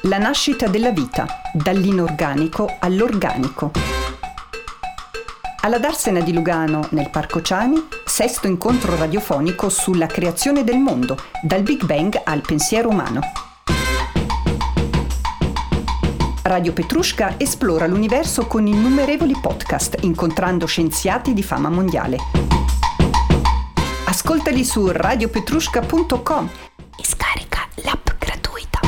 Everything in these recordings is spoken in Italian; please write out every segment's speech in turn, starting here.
La nascita della vita, dall'inorganico all'organico. Alla Darsena di Lugano, nel Parco Ciani, sesto incontro radiofonico sulla creazione del mondo, dal Big Bang al pensiero umano. Radio Petrushka esplora l'universo con innumerevoli podcast, incontrando scienziati di fama mondiale. Ascoltali su radiopetrushka.com e scarica l'app gratuita.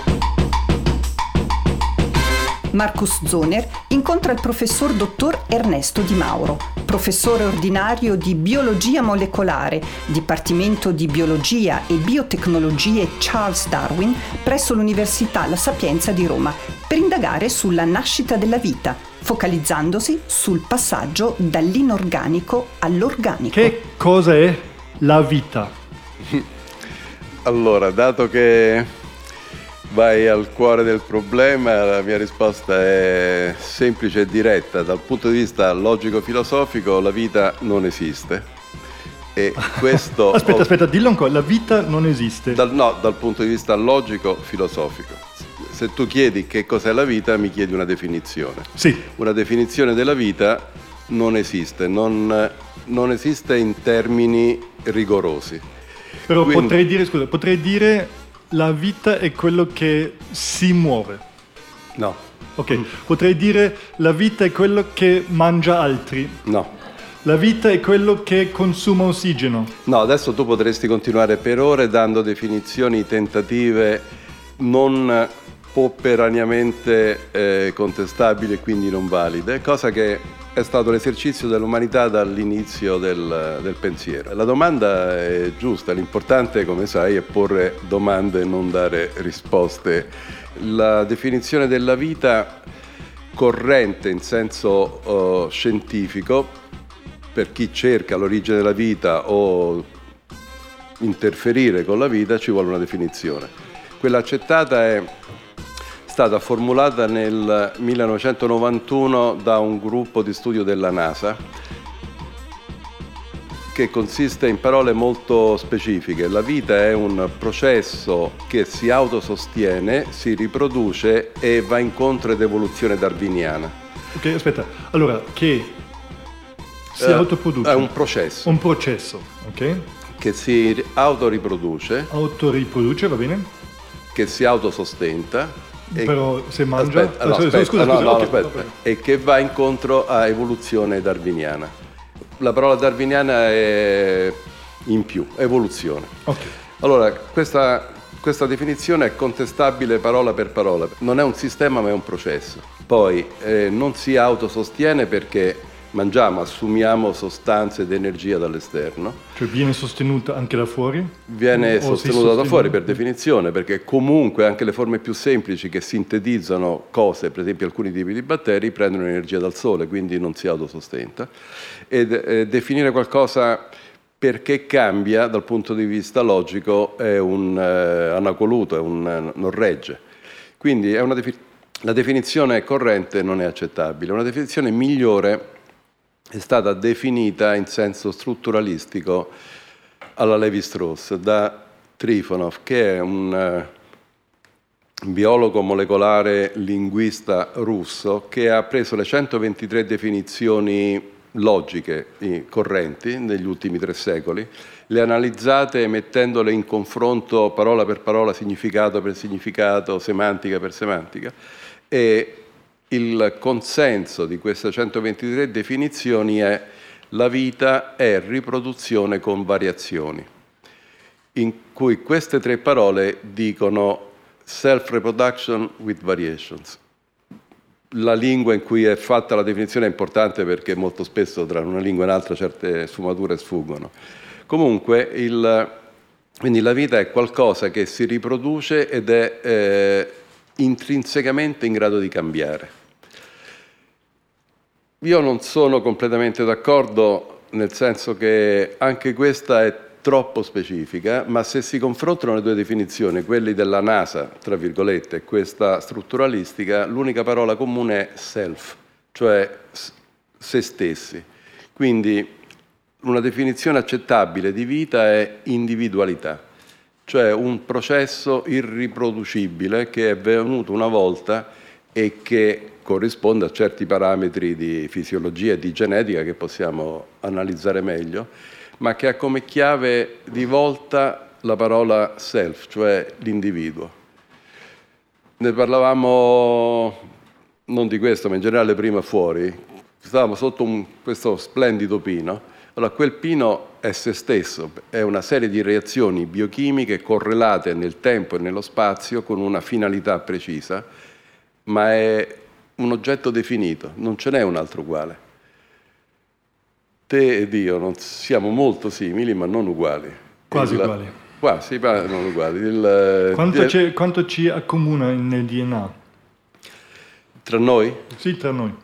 Marcus Zoner incontra il professor dottor Ernesto Di Mauro, professore ordinario di biologia molecolare, Dipartimento di Biologia e Biotecnologie Charles Darwin presso l'Università La Sapienza di Roma, per indagare sulla nascita della vita, focalizzandosi sul passaggio dall'inorganico all'organico. Che cosa è la vita? Allora, dato che vai al cuore del problema, la mia risposta è semplice e diretta. Dal punto di vista logico-filosofico, la vita non esiste. E questo Aspetta, dillo ancora, la vita non esiste. Dal punto di vista logico-filosofico. Se tu chiedi che cos'è la vita, mi chiedi una definizione. Sì. Una definizione della vita non esiste, non esiste in termini rigorosi. Però potrei dire la vita è quello che si muove. No. Ok, potrei dire la vita è quello che mangia altri. No. La vita è quello che consuma ossigeno. No, adesso tu potresti continuare per ore dando definizioni tentative non popperaniamente contestabili e quindi non valide, cosa che è stato l'esercizio dell'umanità dall'inizio del pensiero. La domanda è giusta, l'importante, come sai, è porre domande e non dare risposte. La definizione della vita corrente in senso scientifico, per chi cerca l'origine della vita o interferire con la vita, ci vuole una definizione. Quella accettata è stata formulata nel 1991 da un gruppo di studio della NASA che consiste in parole molto specifiche. La vita è un processo che si autosostiene, si riproduce e va incontro ad evoluzione darwiniana. Ok, aspetta. Allora, che si autoproduce? È un processo. Un processo, ok? Che si autoriproduce. Autoriproduce, va bene? Che si autosostenta. Però se mangia... Aspetta. E che va incontro a evoluzione darwiniana. La parola darwiniana è in più, evoluzione. Okay. Allora, questa definizione è contestabile parola per parola. Non è un sistema, ma è un processo. Poi non si autosostiene perché mangiamo, assumiamo sostanze ed energia dall'esterno. Cioè viene sostenuta anche da fuori? Viene sostenuta da fuori per definizione, perché comunque anche le forme più semplici che sintetizzano cose, per esempio alcuni tipi di batteri, prendono energia dal sole, quindi non si autosostenta. E definire qualcosa perché cambia dal punto di vista logico è un anacoluto, non regge. Quindi la definizione corrente non è accettabile. Una definizione migliore è stata definita in senso strutturalistico alla Lévi-Strauss da Trifonov, che è un biologo molecolare linguista russo che ha preso le 123 definizioni logiche correnti negli ultimi 3 secoli, le ha analizzate mettendole in confronto parola per parola, significato per significato, semantica per semantica, e il consenso di queste 123 definizioni è: la vita è riproduzione con variazioni, in cui queste 3 parole dicono self-reproduction with variations. La lingua in cui è fatta la definizione è importante perché molto spesso tra una lingua e un'altra certe sfumature sfuggono. Comunque, quindi la vita è qualcosa che si riproduce ed è intrinsecamente in grado di cambiare. Io non sono completamente d'accordo, nel senso che anche questa è troppo specifica, ma se si confrontano le 2 definizioni, quelli della NASA, tra virgolette, e questa strutturalistica, l'unica parola comune è self, cioè se stessi. Quindi una definizione accettabile di vita è individualità. cioè un processo irriproducibile che è venuto una volta e che corrisponde a certi parametri di fisiologia e di genetica che possiamo analizzare meglio, ma che ha come chiave di volta la parola self, cioè l'individuo. Ne parlavamo, non di questo, ma in generale prima fuori. Stavamo sotto questo splendido pino. Allora, quel pino è se stesso, è una serie di reazioni biochimiche correlate nel tempo e nello spazio con una finalità precisa, ma è un oggetto definito, non ce n'è un altro uguale. Te ed io non siamo molto simili, ma non uguali. Quasi uguali. Quasi, ma non uguali. Quanto ci accomuna nel DNA? Tra noi? Sì, tra noi.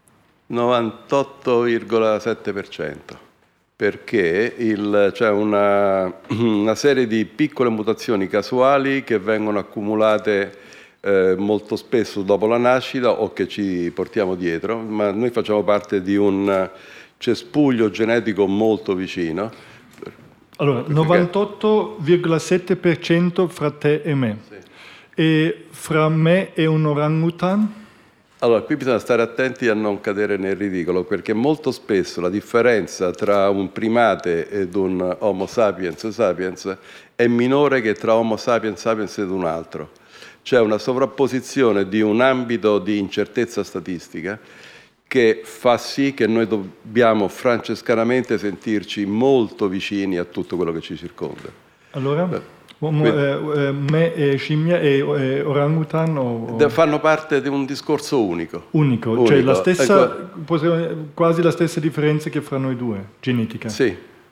98,7%. Perché c'è una serie di piccole mutazioni casuali che vengono accumulate molto spesso dopo la nascita o che ci portiamo dietro, ma noi facciamo parte di un cespuglio genetico molto vicino. Allora, 98,7% fra te e me. Sì. E fra me e un orangutan? Allora, qui bisogna stare attenti a non cadere nel ridicolo, perché molto spesso la differenza tra un primate ed un Homo sapiens sapiens è minore che tra Homo sapiens sapiens ed un altro. C'è una sovrapposizione di un ambito di incertezza statistica che fa sì che noi dobbiamo francescanamente sentirci molto vicini a tutto quello che ci circonda. Allora? Me e scimmia e orangutan fanno parte di un discorso unico. Unico. Cioè la stessa, quasi la stessa differenza che fra noi due, genetica. Sì.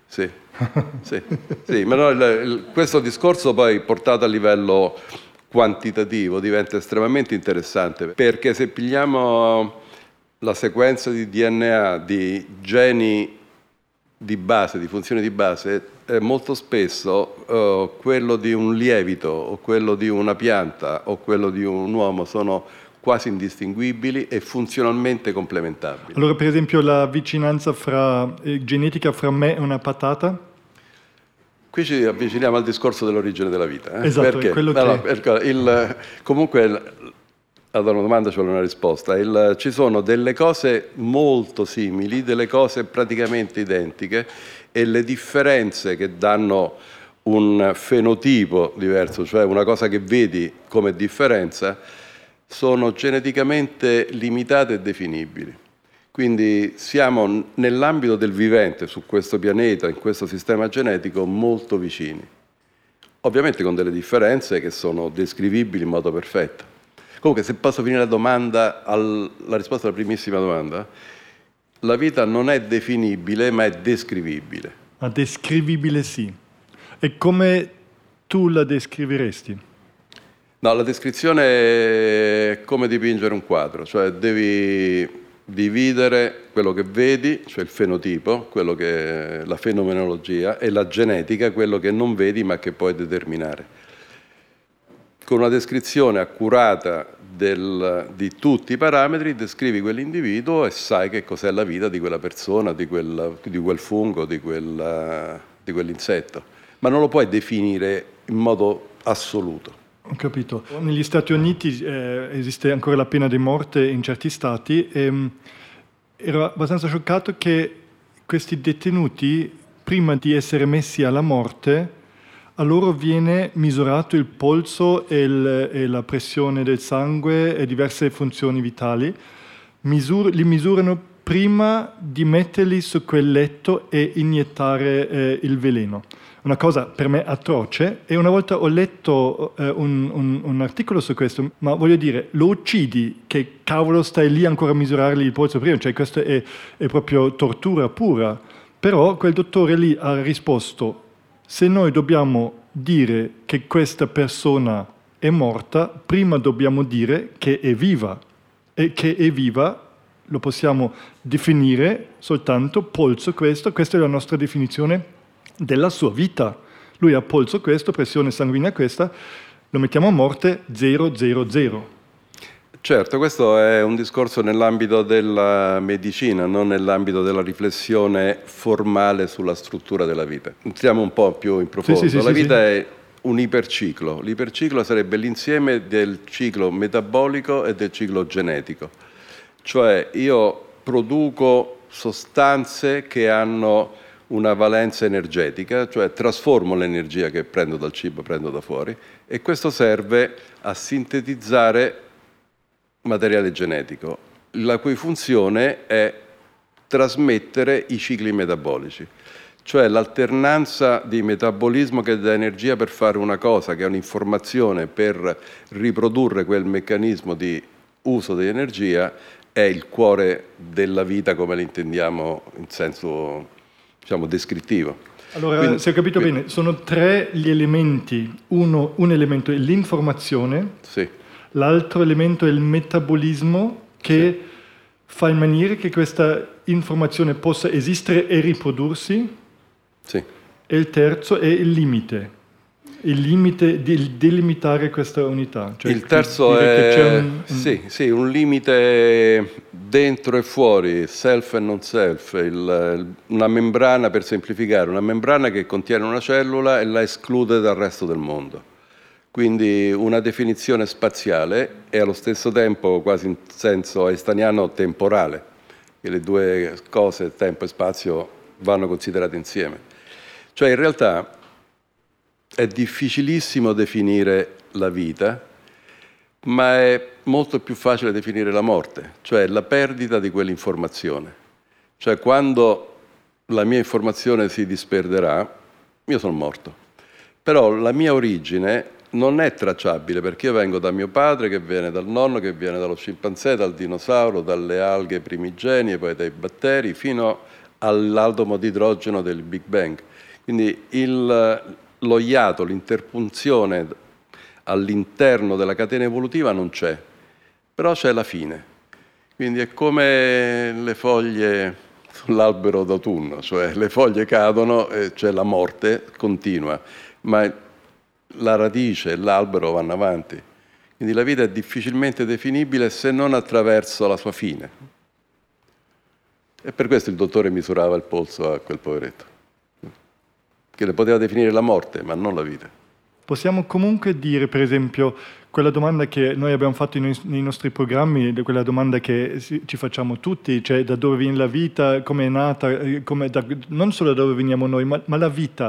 Ma no, questo discorso poi portato a livello quantitativo diventa estremamente interessante, perché se pigliamo la sequenza di DNA di geni di base, di funzioni di base, molto spesso quello di un lievito o quello di una pianta o quello di un uomo sono quasi indistinguibili e funzionalmente complementabili. Allora, per esempio, la vicinanza genetica fra me e una patata? Qui ci avviciniamo al discorso dell'origine della vita. Esatto, perché? è quello comunque, ad una domanda ci vuole una risposta. Ci sono delle cose molto simili, delle cose praticamente identiche, e le differenze che danno un fenotipo diverso, cioè una cosa che vedi come differenza, sono geneticamente limitate e definibili. Quindi siamo nell'ambito del vivente su questo pianeta, in questo sistema genetico, molto vicini. Ovviamente con delle differenze che sono descrivibili in modo perfetto. Comunque, se posso finire la risposta alla primissima domanda, la vita non è definibile, ma è descrivibile. Ma descrivibile sì. E come tu la descriveresti? No, la descrizione è come dipingere un quadro, cioè devi dividere quello che vedi, cioè il fenotipo, quello che è la fenomenologia, e la genetica, quello che non vedi ma che puoi determinare. Con una descrizione accurata di tutti i parametri descrivi quell'individuo e sai che cos'è la vita di quella persona, di quel fungo, di quell'insetto, ma non lo puoi definire in modo assoluto. Ho capito. Negli Stati Uniti esiste ancora la pena di morte in certi stati e ero abbastanza scioccato che questi detenuti, prima di essere messi alla morte, a loro viene misurato il polso e la pressione del sangue e diverse funzioni vitali. Li misurano prima di metterli su quel letto e iniettare il veleno. Una cosa per me atroce, e una volta ho letto un articolo su questo, ma voglio dire, lo uccidi, che cavolo stai lì ancora a misurargli il polso prima? Cioè questo è proprio tortura pura. Però quel dottore lì ha risposto: se noi dobbiamo dire che questa persona è morta, prima dobbiamo dire che è viva. E che è viva lo possiamo definire soltanto polso questo. Questa è la nostra definizione della sua vita. Lui ha polso questo, pressione sanguigna questa, lo mettiamo a morte 000. Certo, questo è un discorso nell'ambito della medicina, non nell'ambito della riflessione formale sulla struttura della vita. Entriamo un po' più in profondo. La vita è un iperciclo. L'iperciclo sarebbe l'insieme del ciclo metabolico e del ciclo genetico. Cioè io produco sostanze che hanno una valenza energetica, cioè trasformo l'energia che prendo dal cibo, prendo da fuori, e questo serve a sintetizzare materiale genetico, la cui funzione è trasmettere i cicli metabolici, cioè l'alternanza di metabolismo che dà energia per fare una cosa, che è un'informazione per riprodurre quel meccanismo di uso di energia, è il cuore della vita come la intendiamo in senso, diciamo, descrittivo. Allora, quindi, se ho capito bene, sono 3 gli elementi. Un elemento è l'informazione, sì. L'altro elemento è il metabolismo che fa in maniera che questa informazione possa esistere e riprodursi, sì. E il terzo è il limite di delimitare questa unità. Cioè, il terzo è un limite dentro e fuori, self e non self, una membrana, per semplificare, una membrana che contiene una cellula e la esclude dal resto del mondo. Quindi una definizione spaziale e allo stesso tempo quasi in senso einsteiniano temporale, che le due cose, tempo e spazio, vanno considerate insieme. Cioè in realtà è difficilissimo definire la vita, ma è molto più facile definire la morte, cioè la perdita di quell'informazione. Cioè quando la mia informazione si disperderà, io sono morto. Però la mia origine non è tracciabile, perché io vengo da mio padre, che viene dal nonno, che viene dallo scimpanzé, dal dinosauro, dalle alghe primigenie, poi dai batteri, fino all'atomo di idrogeno del Big Bang. Quindi lo iato, l'interpunzione all'interno della catena evolutiva non c'è, però c'è la fine. Quindi è come le foglie sull'albero d'autunno, cioè le foglie cadono e c'è la morte continua, ma la radice e l'albero vanno avanti. Quindi la vita è difficilmente definibile se non attraverso la sua fine. E per questo il dottore misurava il polso a quel poveretto, che le poteva definire la morte, ma non la vita. Possiamo comunque dire, per esempio, quella domanda che noi abbiamo fatto nei nostri programmi, quella domanda che ci facciamo tutti, cioè da dove viene la vita, come è nata, non solo da dove veniamo noi, ma la vita.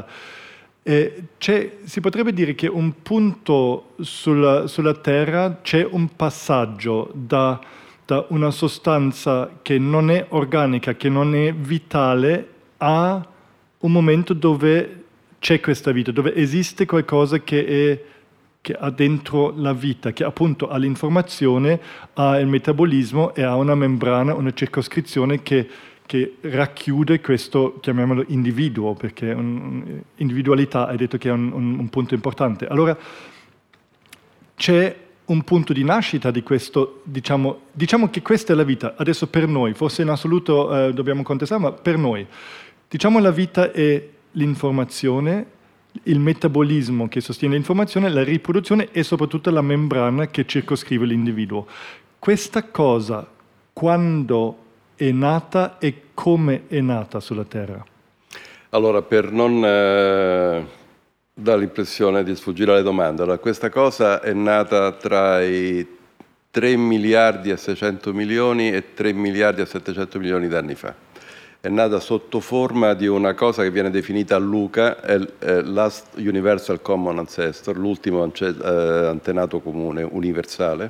Si potrebbe dire che un punto sulla Terra c'è un passaggio da una sostanza che non è organica, che non è vitale, a un momento dove c'è questa vita, dove esiste qualcosa che ha dentro la vita, che appunto ha l'informazione, ha il metabolismo e ha una membrana, una circoscrizione che racchiude questo, chiamiamolo individuo, perché individualità, hai detto che è un punto importante. Allora, c'è un punto di nascita di questo, diciamo che questa è la vita, adesso per noi, forse in assoluto dobbiamo contestare, ma per noi. Diciamo la vita è l'informazione, il metabolismo che sostiene l'informazione, la riproduzione e soprattutto la membrana che circoscrive l'individuo. Questa cosa, quando è nata e come è nata sulla Terra? Allora, per non dare l'impressione di sfuggire alle domande, allora, questa cosa è nata tra i 3 miliardi e 600 milioni e 3 miliardi e 700 milioni di anni fa. È nata sotto forma di una cosa che viene definita LUCA, Last Universal Common Ancestor, l'ultimo antenato comune universale,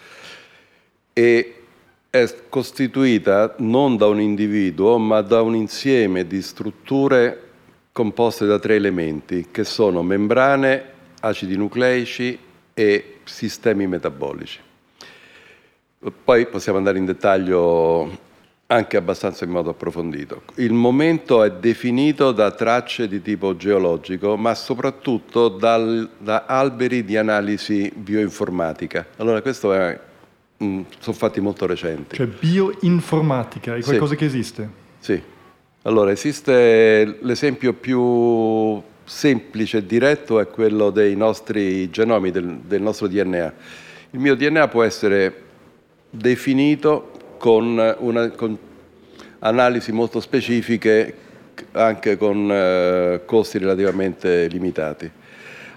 e è costituita non da un individuo, ma da un insieme di strutture composte da 3 elementi, che sono membrane, acidi nucleici e sistemi metabolici. Poi possiamo andare in dettaglio anche abbastanza in modo approfondito. Il momento è definito da tracce di tipo geologico, ma soprattutto da alberi di analisi bioinformatica. Allora, questo sono fatti molto recenti. Cioè bioinformatica, è qualcosa che esiste? Sì. Allora, esiste l'esempio più semplice e diretto è quello dei nostri genomi, del nostro DNA. Il mio DNA può essere definito con analisi molto specifiche, anche con costi relativamente limitati.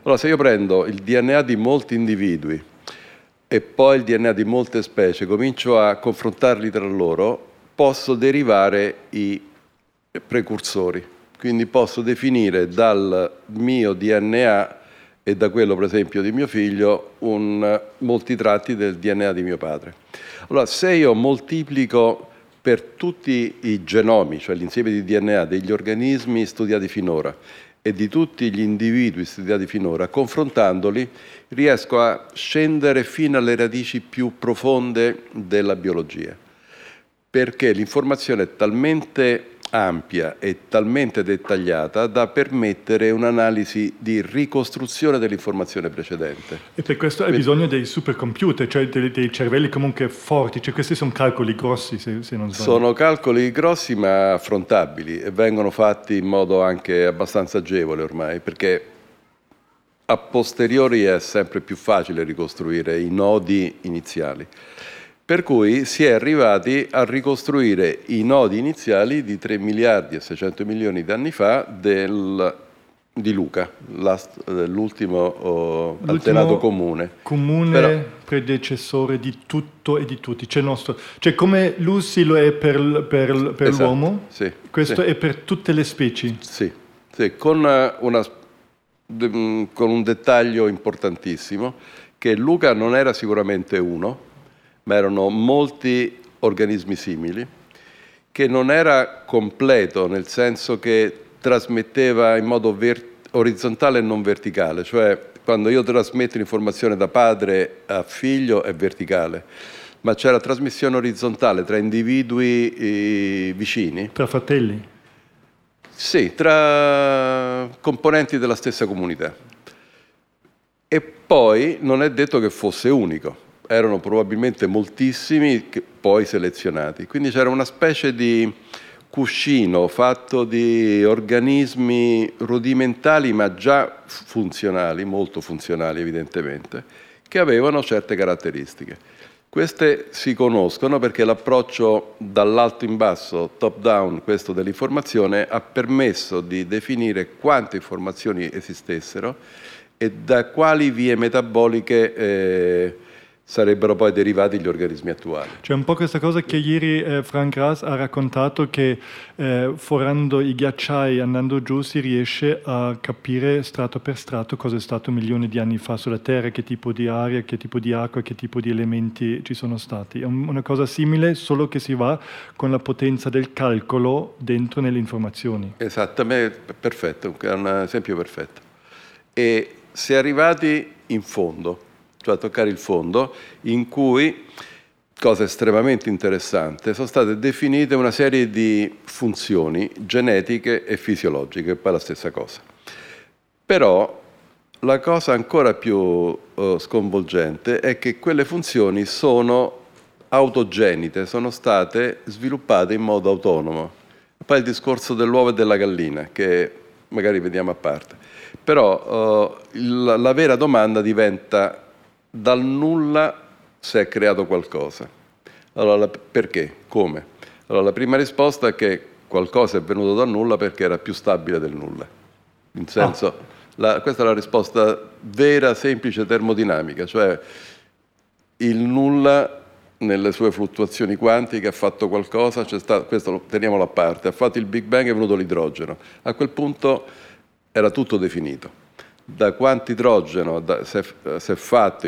Allora, se io prendo il DNA di molti individui e poi il DNA di molte specie, comincio a confrontarli tra loro, posso derivare i precursori. Quindi posso definire dal mio DNA e da quello, per esempio, di mio figlio, molti tratti del DNA di mio padre. Allora, se io moltiplico per tutti i genomi, cioè l'insieme di DNA degli organismi studiati finora e di tutti gli individui studiati finora, confrontandoli, riesco a scendere fino alle radici più profonde della biologia, perché l'informazione è talmente ampia e talmente dettagliata da permettere un'analisi di ricostruzione dell'informazione precedente. E per questo hai bisogno dei supercomputer, cioè dei cervelli comunque forti, cioè questi sono calcoli grossi, se non sbaglio. Sono calcoli grossi ma affrontabili e vengono fatti in modo anche abbastanza agevole ormai, perché a posteriori è sempre più facile ricostruire i nodi iniziali. Per cui si è arrivati a ricostruire i nodi iniziali di 3 miliardi e 600 milioni di anni fa di Luca, l'ultimo antenato comune. Però, predecessore di tutto e di tutti. Cioè come Lucy lo è per esatto, l'uomo, sì, questo sì. È per tutte le specie. Sì, con un dettaglio importantissimo, che Luca non era sicuramente uno, ma erano molti organismi simili, che non era completo, nel senso che trasmetteva in modo orizzontale e non verticale, cioè quando io trasmetto l'informazione da padre a figlio è verticale, ma c'era trasmissione orizzontale tra individui vicini. Tra fratelli? Sì, tra componenti della stessa comunità. E poi non è detto che fosse unico. Erano probabilmente moltissimi poi selezionati. Quindi c'era una specie di cuscino fatto di organismi rudimentali ma già funzionali, molto funzionali evidentemente, che avevano certe caratteristiche. Queste si conoscono perché l'approccio dall'alto in basso, top down, questo dell'informazione, ha permesso di definire quante informazioni esistessero e da quali vie metaboliche sarebbero poi derivati gli organismi attuali. C'è un po' questa cosa che ieri Frank Ras ha raccontato, che forando i ghiacciai, andando giù, si riesce a capire strato per strato cosa è stato milioni di anni fa sulla Terra, che tipo di aria, che tipo di acqua, che tipo di elementi ci sono stati. È una cosa simile, solo che si va con la potenza del calcolo dentro nelle informazioni. Esattamente, perfetto, è un esempio perfetto. E si è arrivati in fondo, cioè a toccare il fondo, in cui, cosa estremamente interessante, sono state definite una serie di funzioni genetiche e fisiologiche, poi la stessa cosa. Però la cosa ancora più sconvolgente è che quelle funzioni sono autogenite, sono state sviluppate in modo autonomo. Poi il discorso dell'uovo e della gallina, che magari vediamo a parte. Però la vera domanda diventa: dal nulla si è creato qualcosa. Allora, perché? Come? Allora, la prima risposta è che qualcosa è venuto dal nulla perché era più stabile del nulla. In senso, questa è la risposta vera, semplice, termodinamica, cioè il nulla nelle sue fluttuazioni quantiche ha fatto qualcosa, questo lo teniamolo a parte, ha fatto il Big Bang e è venuto l'idrogeno. A quel punto era tutto definito. Da quanto idrogeno si è fatto,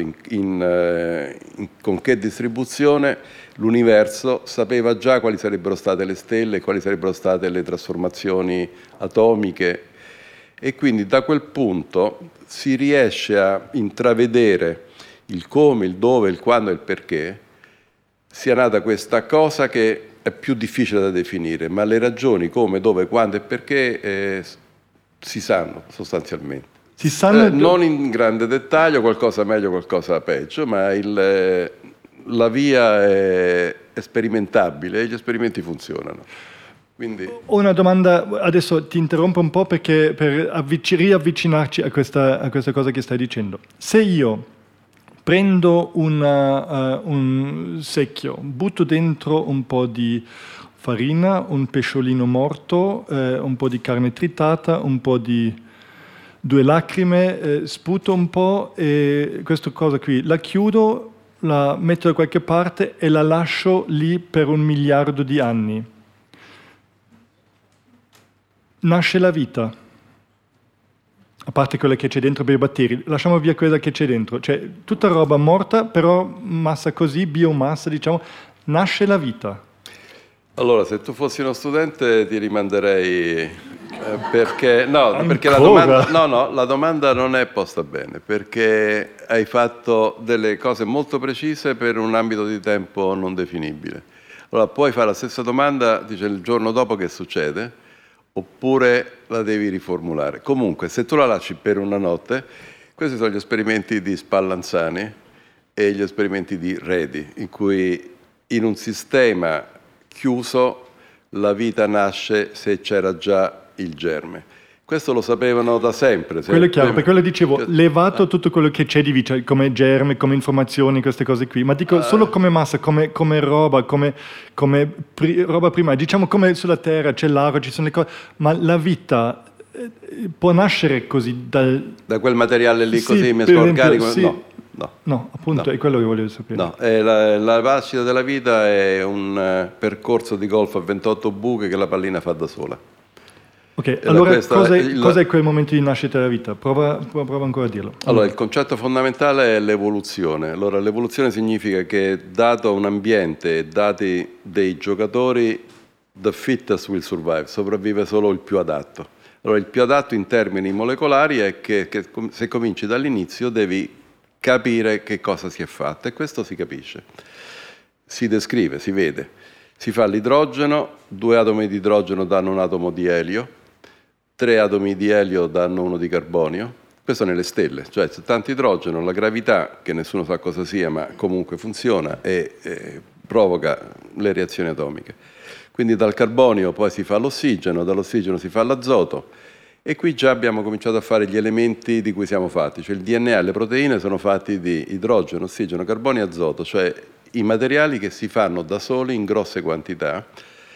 con che distribuzione, l'universo sapeva già quali sarebbero state le stelle, quali sarebbero state le trasformazioni atomiche, e quindi da quel punto si riesce a intravedere il come, il dove, il quando e il perché sia nata questa cosa che è più difficile da definire, ma le ragioni come, dove, quando e perché si sanno sostanzialmente. Si sanno non in grande dettaglio, qualcosa meglio, qualcosa peggio, ma la via è sperimentabile e gli esperimenti funzionano. Quindi... Ho una domanda, adesso ti interrompo un po' perché per riavvicinarci a questa cosa che stai dicendo. Se io prendo un secchio, butto dentro un po' di farina, un pesciolino morto, un po' di carne tritata, un po' di 2 lacrime, sputo un po' e questa cosa qui la chiudo, la metto da qualche parte e la lascio lì per 1 miliardo di anni. Nasce la vita, a parte quella che c'è dentro per i batteri, lasciamo via quella che c'è dentro, cioè tutta roba morta, però massa così, biomassa, diciamo, nasce la vita. Allora, se tu fossi uno studente ti rimanderei, perché la domanda non è posta bene, perché hai fatto delle cose molto precise per un ambito di tempo non definibile. Allora, puoi fare la stessa domanda, dice, il giorno dopo che succede, oppure la devi riformulare. Comunque, se tu la lasci per una notte, questi sono gli esperimenti di Spallanzani e gli esperimenti di Redi, in cui in un sistema chiuso la vita nasce se c'era già il germe. Questo lo sapevano da sempre. Quello è chiaro, per quello dicevo, levato tutto quello che c'è di vita, come germe, come informazioni, queste cose qui, ma dico solo come massa, come roba, roba prima, diciamo come sulla Terra c'è l'aria, ci sono le cose, ma la vita può nascere così da quel materiale lì, sì, così mesco organico? Sì. No, appunto, no. È quello che volevo sapere. No, la nascita della vita è un percorso di golf a 28 buche che la pallina fa da sola. Ok, allora cos'è quel momento di nascita della vita? Prova ancora a dirlo. Allora, il concetto fondamentale è l'evoluzione. Allora, l'evoluzione significa che dato un ambiente e dati dei giocatori, the fittest will survive, sopravvive solo il più adatto. Allora, il più adatto in termini molecolari è che se cominci dall'inizio devi capire che cosa si è fatto, e questo si capisce. Si descrive, si vede. Si fa l'idrogeno, 2 atomi di idrogeno danno un atomo di elio, 3 atomi di elio danno uno di carbonio. Questo nelle stelle, cioè c'è tanto idrogeno, la gravità, che nessuno sa cosa sia, ma comunque funziona e provoca le reazioni atomiche. Quindi dal carbonio poi si fa l'ossigeno, dall'ossigeno si fa l'azoto, e qui già abbiamo cominciato a fare gli elementi di cui siamo fatti, cioè il DNA e le proteine sono fatti di idrogeno, ossigeno, carbonio e azoto, cioè i materiali che si fanno da soli in grosse quantità.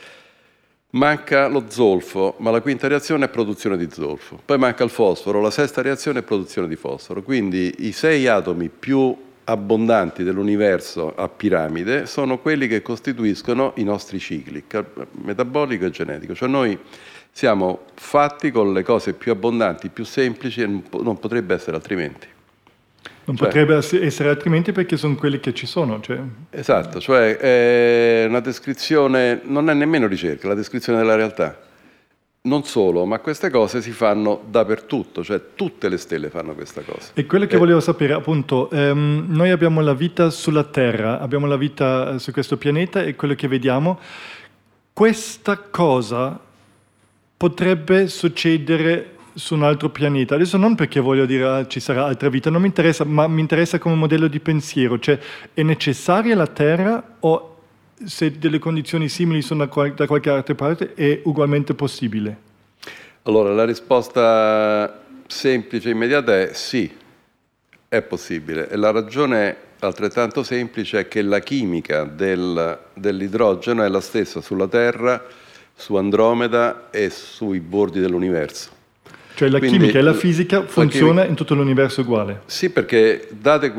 Manca lo zolfo, ma la quinta reazione è produzione di zolfo. Poi manca il fosforo, la sesta reazione è produzione di fosforo. Quindi i 6 atomi più abbondanti dell'universo a piramide sono quelli che costituiscono i nostri cicli, metabolico e genetico. Cioè noi siamo fatti con le cose più abbondanti, più semplici, e non potrebbe essere altrimenti. Non potrebbe essere altrimenti perché sono quelli che ci sono. Cioè. Esatto, cioè è una descrizione, non è nemmeno ricerca, è la descrizione della realtà. Non solo, ma queste cose si fanno dappertutto, cioè tutte le stelle fanno questa cosa. E quello che volevo sapere, appunto, noi abbiamo la vita sulla Terra, abbiamo la vita su questo pianeta e quello che vediamo. Questa cosa potrebbe succedere su un altro pianeta. Adesso non perché voglio dire ci sarà altra vita, non mi interessa, ma mi interessa come modello di pensiero. Cioè, è necessaria la Terra o se delle condizioni simili sono da qualche altra parte è ugualmente possibile? Allora, la risposta semplice e immediata è sì, è possibile. E la ragione altrettanto semplice è che la chimica dell'idrogeno è la stessa sulla Terra, su Andromeda e sui bordi dell'universo. Cioè la chimica e la fisica funziona in tutto l'universo uguale? Sì, perché date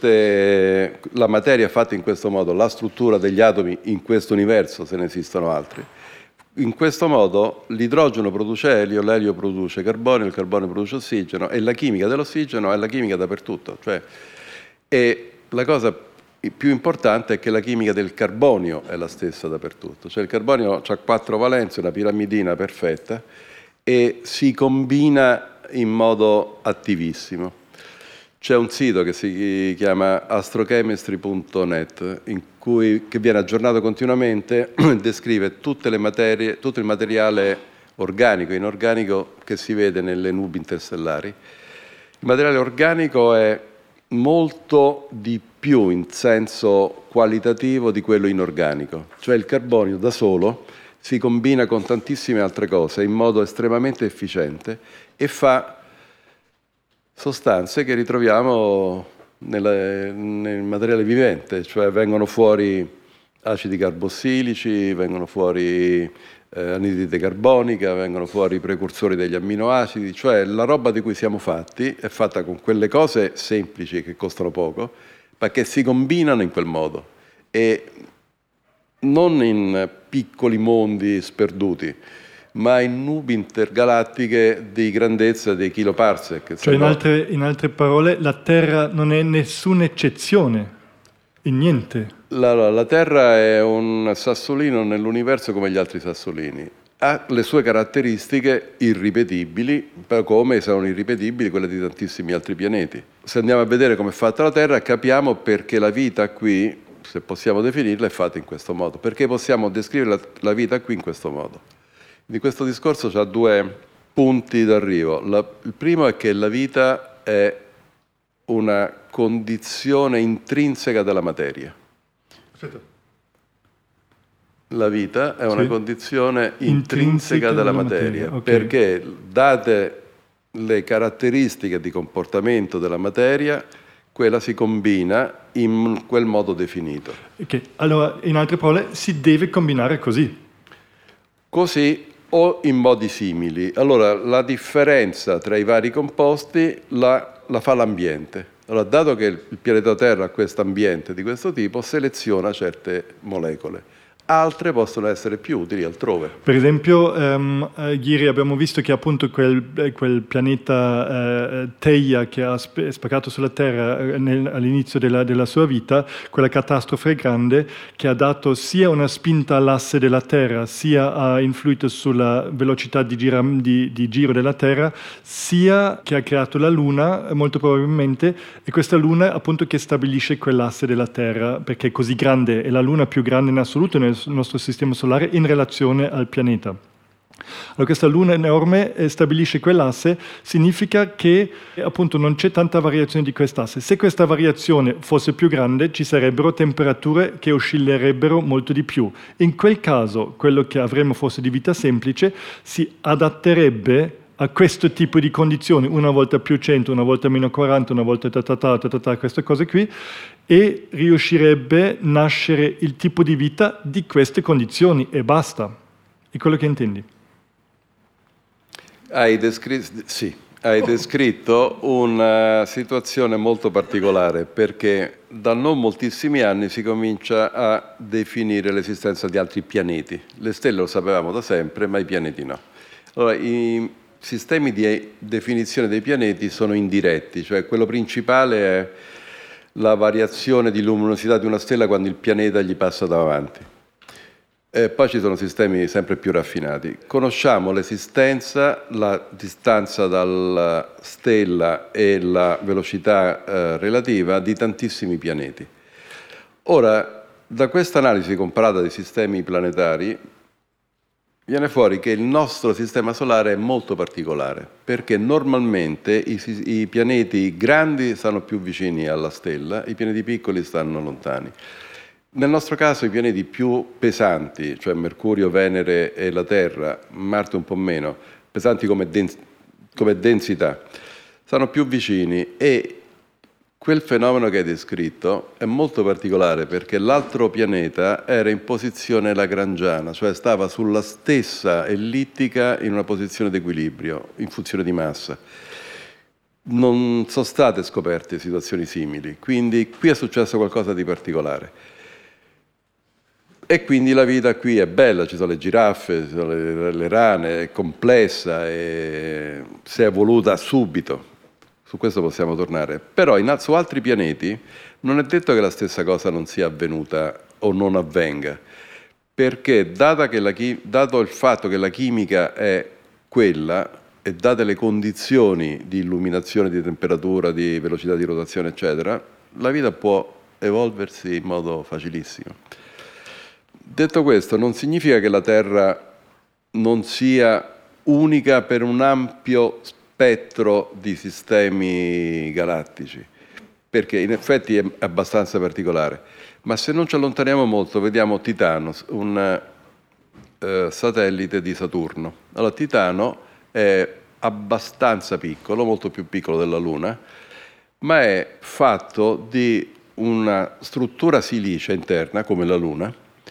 la materia fatta in questo modo, la struttura degli atomi in questo universo, se ne esistono altri, in questo modo l'idrogeno produce elio, l'elio produce carbonio, il carbonio produce ossigeno, e la chimica dell'ossigeno è la chimica dappertutto. E la cosa più importante è che la chimica del carbonio è la stessa dappertutto. Cioè il carbonio ha 4 valenze, una piramidina perfetta, e si combina in modo attivissimo. C'è un sito che si chiama astrochemistry.net che viene aggiornato continuamente, descrive tutte le materie, tutto il materiale organico e inorganico che si vede nelle nubi interstellari. Il materiale organico è molto di più in senso qualitativo di quello inorganico, cioè il carbonio da solo si combina con tantissime altre cose in modo estremamente efficiente e fa sostanze che ritroviamo nel materiale vivente, cioè vengono fuori acidi carbossilici, vengono fuori anidride carbonica, vengono fuori i precursori degli amminoacidi, cioè la roba di cui siamo fatti è fatta con quelle cose semplici che costano poco, ma che si combinano in quel modo e non in piccoli mondi sperduti, ma in nubi intergalattiche di grandezza dei kiloparsec. Cioè in altre parole, la Terra non è nessuna eccezione, in niente. La Terra è un sassolino nell'universo come gli altri sassolini. Ha le sue caratteristiche irripetibili, come sono irripetibili quelle di tantissimi altri pianeti. Se andiamo a vedere come è fatta la Terra, capiamo perché la vita qui, se possiamo definirla, è fatta in questo modo. Perché possiamo descrivere la vita qui in questo modo. Di questo discorso c'ha 2 punti d'arrivo. Il primo è che la vita è una condizione intrinseca della materia. Aspetta. La vita è una condizione intrinseca della materia, okay. Perché date le caratteristiche di comportamento della materia, quella si combina in quel modo definito. Okay. Allora, in altre parole, si deve combinare così. Così o in modi simili. Allora, la differenza tra i vari composti la fa l'ambiente. Allora, dato che il pianeta Terra ha questo ambiente di questo tipo, seleziona certe molecole. Altre possono essere più utili altrove. Per esempio, ieri abbiamo visto che appunto quel pianeta Theia che ha spaccato sulla Terra all'inizio della sua vita, quella catastrofe grande che ha dato sia una spinta all'asse della Terra, sia ha influito sulla velocità di giro della Terra, sia che ha creato la Luna, molto probabilmente, e questa Luna appunto che stabilisce quell'asse della Terra, perché è così grande, è la Luna più grande in assoluto nel nostro sistema solare in relazione al pianeta. Allora, questa luna enorme stabilisce quell'asse, significa che appunto non c'è tanta variazione di quest'asse. Se questa variazione fosse più grande, ci sarebbero temperature che oscillerebbero molto di più. In quel caso, quello che avremmo fosse di vita semplice si adatterebbe a questo tipo di condizioni, una volta più 100, una volta meno 40, una volta queste cose qui, e riuscirebbe a nascere il tipo di vita di queste condizioni e basta. È quello che intendi? Hai descritto una situazione molto particolare, perché da non moltissimi anni si comincia a definire l'esistenza di altri pianeti. Le stelle lo sapevamo da sempre, ma i pianeti no. Allora, i sistemi di definizione dei pianeti sono indiretti, cioè quello principale è la variazione di luminosità di una stella quando il pianeta gli passa davanti. E poi ci sono sistemi sempre più raffinati. Conosciamo l'esistenza, la distanza dalla stella e la velocità relativa di tantissimi pianeti. Ora, da questa analisi comparata dei sistemi planetari, viene fuori che il nostro sistema solare è molto particolare, perché normalmente i pianeti grandi stanno più vicini alla stella, i pianeti piccoli stanno lontani. Nel nostro caso i pianeti più pesanti, cioè Mercurio, Venere e la Terra, Marte un po' meno, pesanti come densità, stanno più vicini, e quel fenomeno che hai descritto è molto particolare perché l'altro pianeta era in posizione lagrangiana, cioè stava sulla stessa ellittica in una posizione di equilibrio, in funzione di massa. Non sono state scoperte situazioni simili, quindi qui è successo qualcosa di particolare. E quindi la vita qui è bella, ci sono le giraffe, ci sono le rane, è complessa e si è evoluta subito. Su questo possiamo tornare. Però su altri pianeti non è detto che la stessa cosa non sia avvenuta o non avvenga, perché dato il fatto che la chimica è quella e date le condizioni di illuminazione, di temperatura, di velocità di rotazione, eccetera, la vita può evolversi in modo facilissimo. Detto questo, non significa che la Terra non sia unica per un ampio spettro di sistemi galattici, perché in effetti è abbastanza particolare. Ma se non ci allontaniamo molto, vediamo Titano, un satellite di Saturno. Allora, Titano è abbastanza piccolo, molto più piccolo della Luna, ma è fatto di una struttura silicea interna, come la Luna,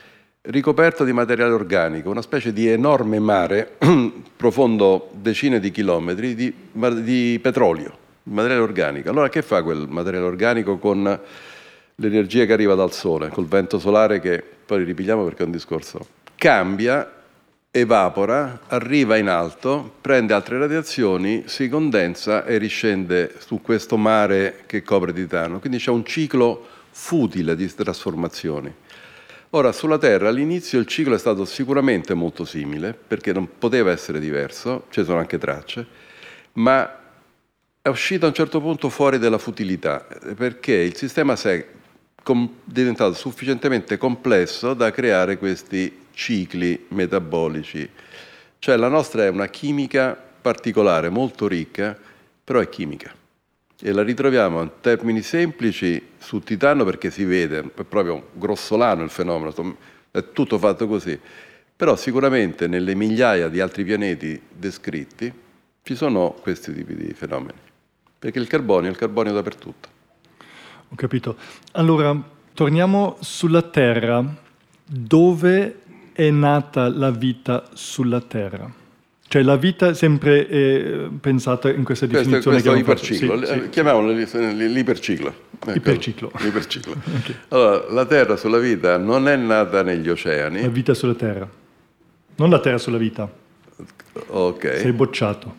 ricoperto di materiale organico, una specie di enorme mare profondo decine di chilometri di petrolio, materiale organico. Allora che fa quel materiale organico con l'energia che arriva dal sole, col vento solare, che poi ripigliamo perché è un discorso, cambia, evapora, arriva in alto, prende altre radiazioni, si condensa e riscende su questo mare che copre Titano. Quindi c'è un ciclo futile di trasformazioni. Ora, sulla Terra all'inizio il ciclo è stato sicuramente molto simile, perché non poteva essere diverso, ci sono anche tracce, ma è uscito a un certo punto fuori dalla futilità, perché il sistema si è diventato sufficientemente complesso da creare questi cicli metabolici. Cioè la nostra è una chimica particolare, molto ricca, però è chimica. E la ritroviamo in termini semplici su Titano, perché si vede, è proprio grossolano il fenomeno, è tutto fatto così. Però sicuramente nelle migliaia di altri pianeti descritti ci sono questi tipi di fenomeni, perché il carbonio è il carbonio dappertutto. Ho capito. Allora, torniamo sulla Terra. Dove è nata la vita sulla Terra? Cioè la vita sempre è pensata in questa definizione. Questo iperciclo, sì. Chiamiamolo l'iperciclo. Ecco, iperciclo. L'iperciclo. Okay. Allora, la Terra sulla vita non è nata negli oceani. La vita sulla Terra. Non la Terra sulla vita. Ok. Sei bocciato.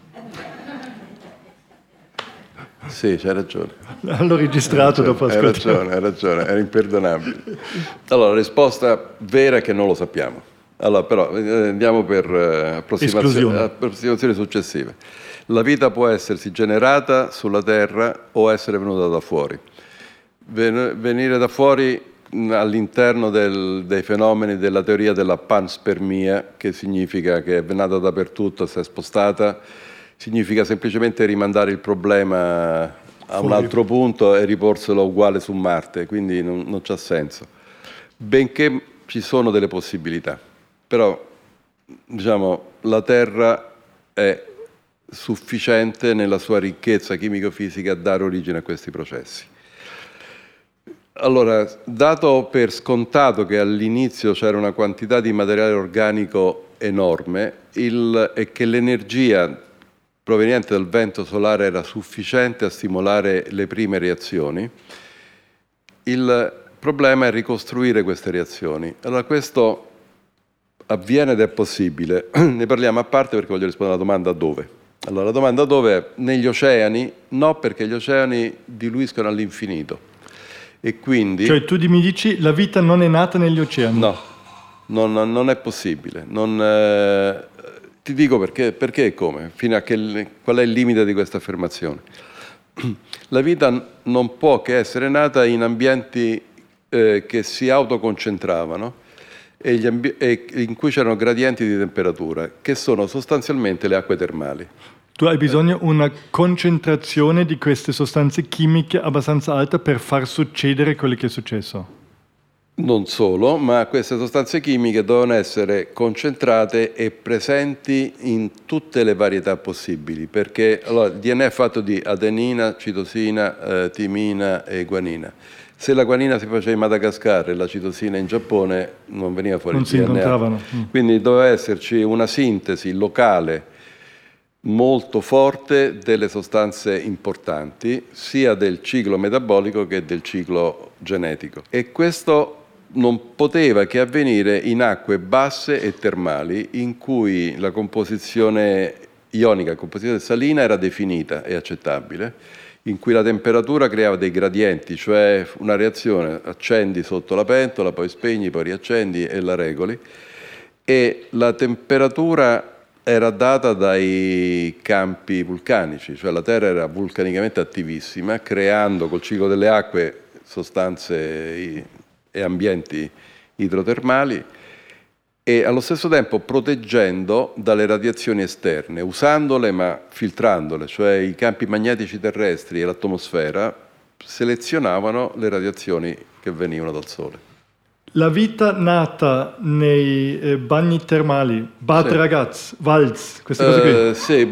Sì, c'hai ragione. L'ho registrato dopo ascoltare. Hai ragione, era imperdonabile. Allora, la risposta vera è che non lo sappiamo. Allora, però, andiamo per approssimazioni successive. La vita può essersi generata sulla Terra o essere venuta da fuori. Venire da fuori all'interno dei fenomeni della teoria della panspermia, che significa che è nata dappertutto, si è spostata, significa semplicemente rimandare il problema a un altro punto e riporselo uguale su Marte, quindi non c'ha senso. Benché ci sono delle possibilità. Però, diciamo, la Terra è sufficiente nella sua ricchezza chimico-fisica a dare origine a questi processi. Allora, dato per scontato che all'inizio c'era una quantità di materiale organico enorme e che l'energia proveniente dal vento solare era sufficiente a stimolare le prime reazioni, il problema è ricostruire queste reazioni. Allora, questo avviene ed è possibile. Ne parliamo a parte perché voglio rispondere alla domanda dove. Allora, la domanda dove è negli oceani? No, perché gli oceani diluiscono all'infinito. E quindi... Cioè tu mi dici la vita non è nata negli oceani? No, non è possibile. Ti dico perché e come, qual è il limite di questa affermazione. La vita non può che essere nata in ambienti che si autoconcentravano e in cui c'erano gradienti di temperatura, che sono sostanzialmente le acque termali. Tu hai bisogno di una concentrazione di queste sostanze chimiche abbastanza alta per far succedere quello che è successo? Non solo, ma queste sostanze chimiche devono essere concentrate e presenti in tutte le varietà possibili, perché allora, il DNA è fatto di adenina, citosina, timina e guanina. Se la guanina si faceva in Madagascar e la citosina in Giappone, non veniva fuori il DNA. Non si incontravano. Quindi doveva esserci una sintesi locale molto forte delle sostanze importanti, sia del ciclo metabolico che del ciclo genetico. E questo non poteva che avvenire in acque basse e termali, in cui la composizione ionica, la composizione salina era definita e accettabile, in cui la temperatura creava dei gradienti, cioè una reazione, accendi sotto la pentola, poi spegni, poi riaccendi e la regoli, e la temperatura era data dai campi vulcanici, cioè la Terra era vulcanicamente attivissima, creando col ciclo delle acque sostanze e ambienti idrotermali, e allo stesso tempo proteggendo dalle radiazioni esterne, usandole ma filtrandole, cioè i campi magnetici terrestri e l'atmosfera selezionavano le radiazioni che venivano dal Sole. La vita nata nei bagni termali, Bad Ragaz, Valls, queste cose qui? Sì,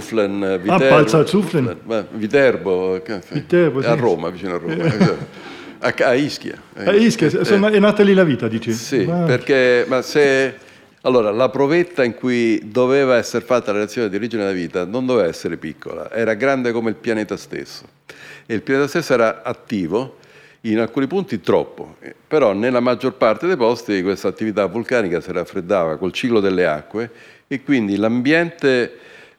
Balzalzuflen, Balzalzuflen. Viterbo, sì. A Roma, vicino a Roma. A Ischia. A Ischia, è nata lì la vita, dici? Sì, perché allora, la provetta in cui doveva essere fatta la reazione di origine della vita non doveva essere piccola, era grande come il pianeta stesso. E il pianeta stesso era attivo, in alcuni punti troppo, però nella maggior parte dei posti questa attività vulcanica si raffreddava col ciclo delle acque e quindi l'ambiente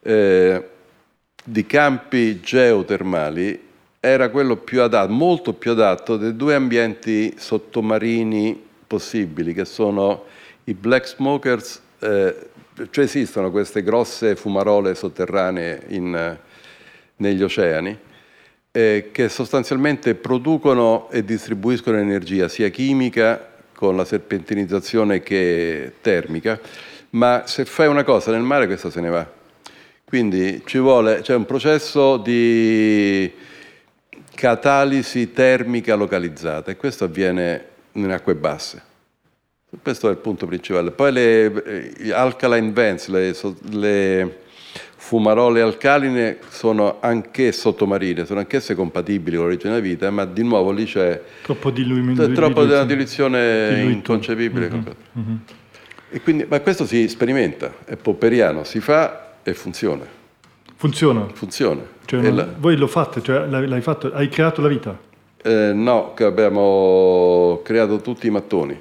di campi geotermali era quello più adatto, molto più adatto dei due ambienti sottomarini possibili, che sono i black smokers, cioè esistono queste grosse fumarole sotterranee negli oceani, che sostanzialmente producono e distribuiscono energia sia chimica con la serpentinizzazione che termica, ma se fai una cosa nel mare questa se ne va. Quindi c'è un processo di catalisi termica localizzata e questo avviene in acque basse. Questo è il punto principale. Poi le alkaline vents, le fumarole alcaline sono anche sottomarine, sono anch'esse compatibili con l'origine della vita, ma di nuovo lì c'è troppo di una diluizione inconcepibile. Mm-hmm. E quindi, ma questo si sperimenta, è popperiano, si fa e funziona. Funziona? Cioè, voi lo fate, cioè l'hai fatto, hai creato la vita? No, che abbiamo creato tutti i mattoni.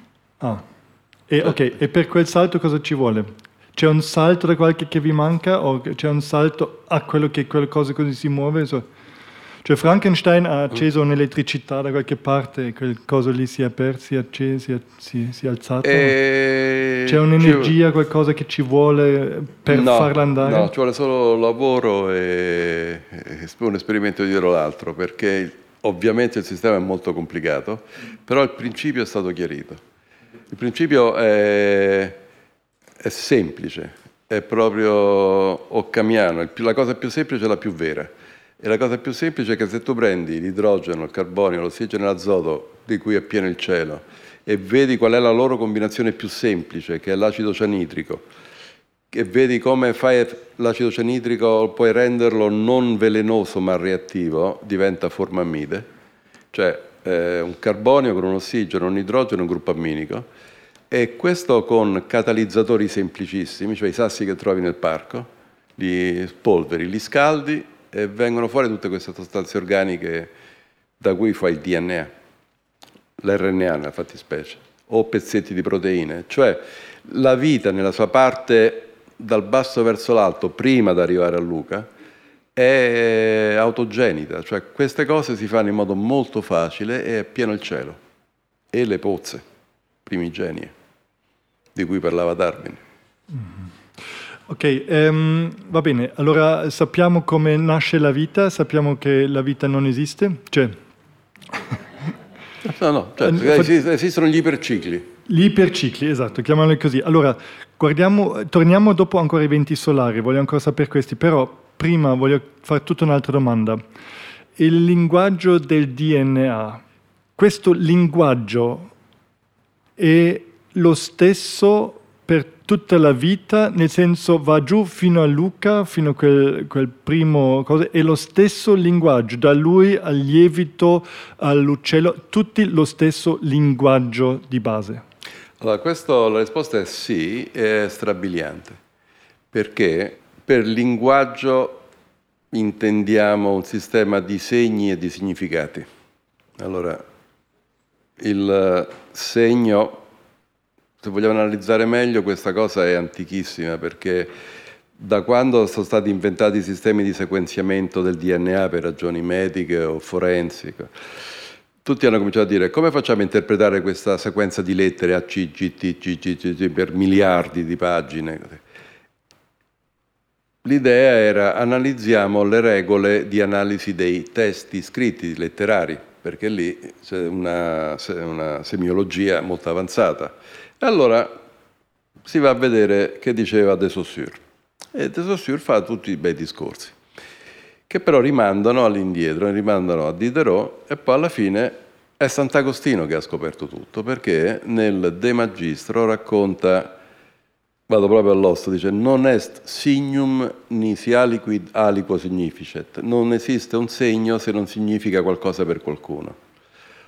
Ok, e per quel salto cosa ci vuole? C'è un salto da qualche che vi manca o c'è un salto a quello che quella cosa così si muove? Cioè Frankenstein ha acceso un'elettricità da qualche parte e quel coso lì si è aperto, si è acceso, si è alzato? C'è un'energia, qualcosa che ci vuole per farla andare? No, ci vuole solo lavoro e un esperimento dietro l'altro, perché ovviamente il sistema è molto complicato, però il principio è stato chiarito. Il principio è semplice, è proprio occamiano, la cosa più semplice è la più vera. E la cosa più semplice è che se tu prendi l'idrogeno, il carbonio, l'ossigeno e l'azoto, di cui è pieno il cielo, e vedi qual è la loro combinazione più semplice, che è l'acido cianitrico, e vedi come fai l'acido cianitrico, puoi renderlo non velenoso ma reattivo, diventa formammide, cioè un carbonio con un ossigeno, un idrogeno e un gruppo amminico, e questo con catalizzatori semplicissimi, cioè i sassi che trovi nel parco, li spolveri, li scaldi e vengono fuori tutte queste sostanze organiche da cui fai il DNA, l'RNA nella fattispecie, o pezzetti di proteine. Cioè la vita nella sua parte dal basso verso l'alto, prima di arrivare a Luca, è autogenita. Cioè queste cose si fanno in modo molto facile e è pieno il cielo. E le pozze primigenie, di cui parlava Darwin. Mm-hmm. Ok, va bene, allora sappiamo come nasce la vita, sappiamo che la vita non esiste, cioè... esistono gli ipercicli. Gli ipercicli, esatto, chiamiamoli così. Allora, torniamo dopo ancora ai venti solari, voglio ancora sapere questi, però prima voglio fare tutta un'altra domanda. Il linguaggio del DNA, questo linguaggio è lo stesso per tutta la vita, nel senso va giù fino a Luca, fino a quel primo cosa, è lo stesso linguaggio, da lui al lievito, all'uccello, tutti lo stesso linguaggio di base? Allora, la risposta è sì, è strabiliante, perché per linguaggio intendiamo un sistema di segni e di significati. Allora, il segno, se vogliamo analizzare meglio, questa cosa è antichissima, perché da quando sono stati inventati i sistemi di sequenziamento del DNA per ragioni mediche o forensi, tutti hanno cominciato a dire: come facciamo a interpretare questa sequenza di lettere A, C, G, T, G, G, G per miliardi di pagine? L'idea era: analizziamo le regole di analisi dei testi scritti, letterari, perché lì c'è una semiologia molto avanzata. E allora si va a vedere che diceva de Saussure. E de Saussure fa tutti i bei discorsi, che però rimandano all'indietro, rimandano a Diderot, e poi alla fine è Sant'Agostino che ha scoperto tutto, perché nel De Magistro racconta, vado proprio all'osso, dice: non est signum nisi aliquid aliquo significet. Non esiste un segno se non significa qualcosa per qualcuno.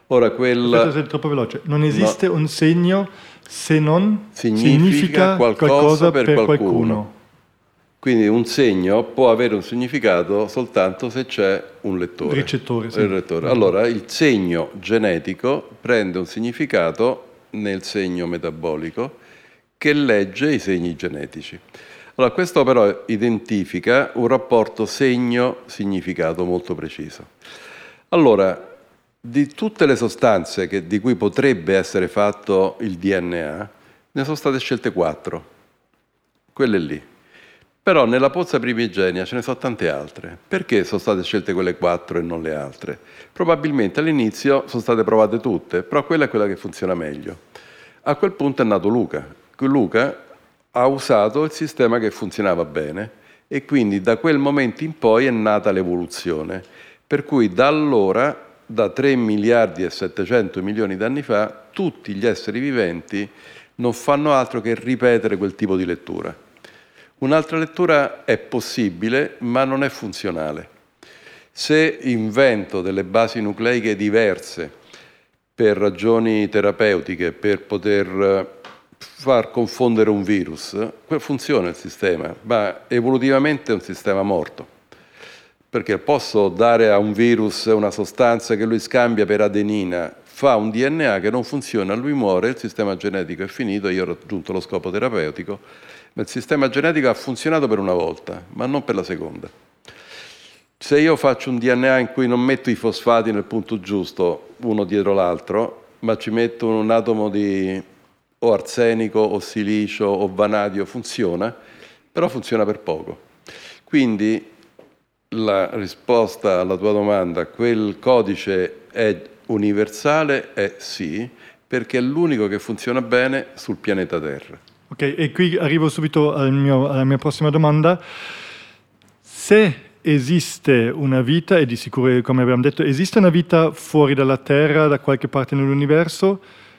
Ora Aspetta, sei troppo veloce. Non esiste un segno se non significa qualcosa per qualcuno. Quindi un segno può avere un significato soltanto se c'è un lettore. Ricettore, sì. Il lettore. Allora, il segno genetico prende un significato nel segno metabolico che legge i segni genetici. Allora, questo però identifica un rapporto segno-significato molto preciso. Allora, di tutte le sostanze di cui potrebbe essere fatto il DNA, ne sono state scelte 4, quelle lì. Però nella pozza primigenia ce ne sono tante altre. Perché sono state scelte quelle 4 e non le altre? Probabilmente all'inizio sono state provate tutte, però quella è quella che funziona meglio. A quel punto è nato Luca. Luca ha usato il sistema che funzionava bene e quindi da quel momento in poi è nata l'evoluzione. Per cui da allora, da 3 miliardi e 700 milioni di anni fa, tutti gli esseri viventi non fanno altro che ripetere quel tipo di lettura. Un'altra lettura è possibile, ma non è funzionale. Se invento delle basi nucleiche diverse per ragioni terapeutiche, per poter far confondere un virus, funziona il sistema, ma evolutivamente è un sistema morto. Perché posso dare a un virus una sostanza che lui scambia per adenina, fa un DNA che non funziona, lui muore, il sistema genetico è finito, io ho raggiunto lo scopo terapeutico, ma il sistema genetico ha funzionato per una volta, ma non per la seconda. Se io faccio un DNA in cui non metto i fosfati nel punto giusto, uno dietro l'altro, ma ci metto un atomo di o arsenico o silicio o vanadio, funziona, però funziona per poco. Quindi la risposta alla tua domanda, quel codice è universale? È sì, perché è l'unico che funziona bene sul pianeta Terra. Ok, e qui arrivo subito alla mia prossima domanda. Se esiste una vita, e di sicuro, come abbiamo detto, esiste una vita fuori dalla Terra, da qualche parte nell'universo,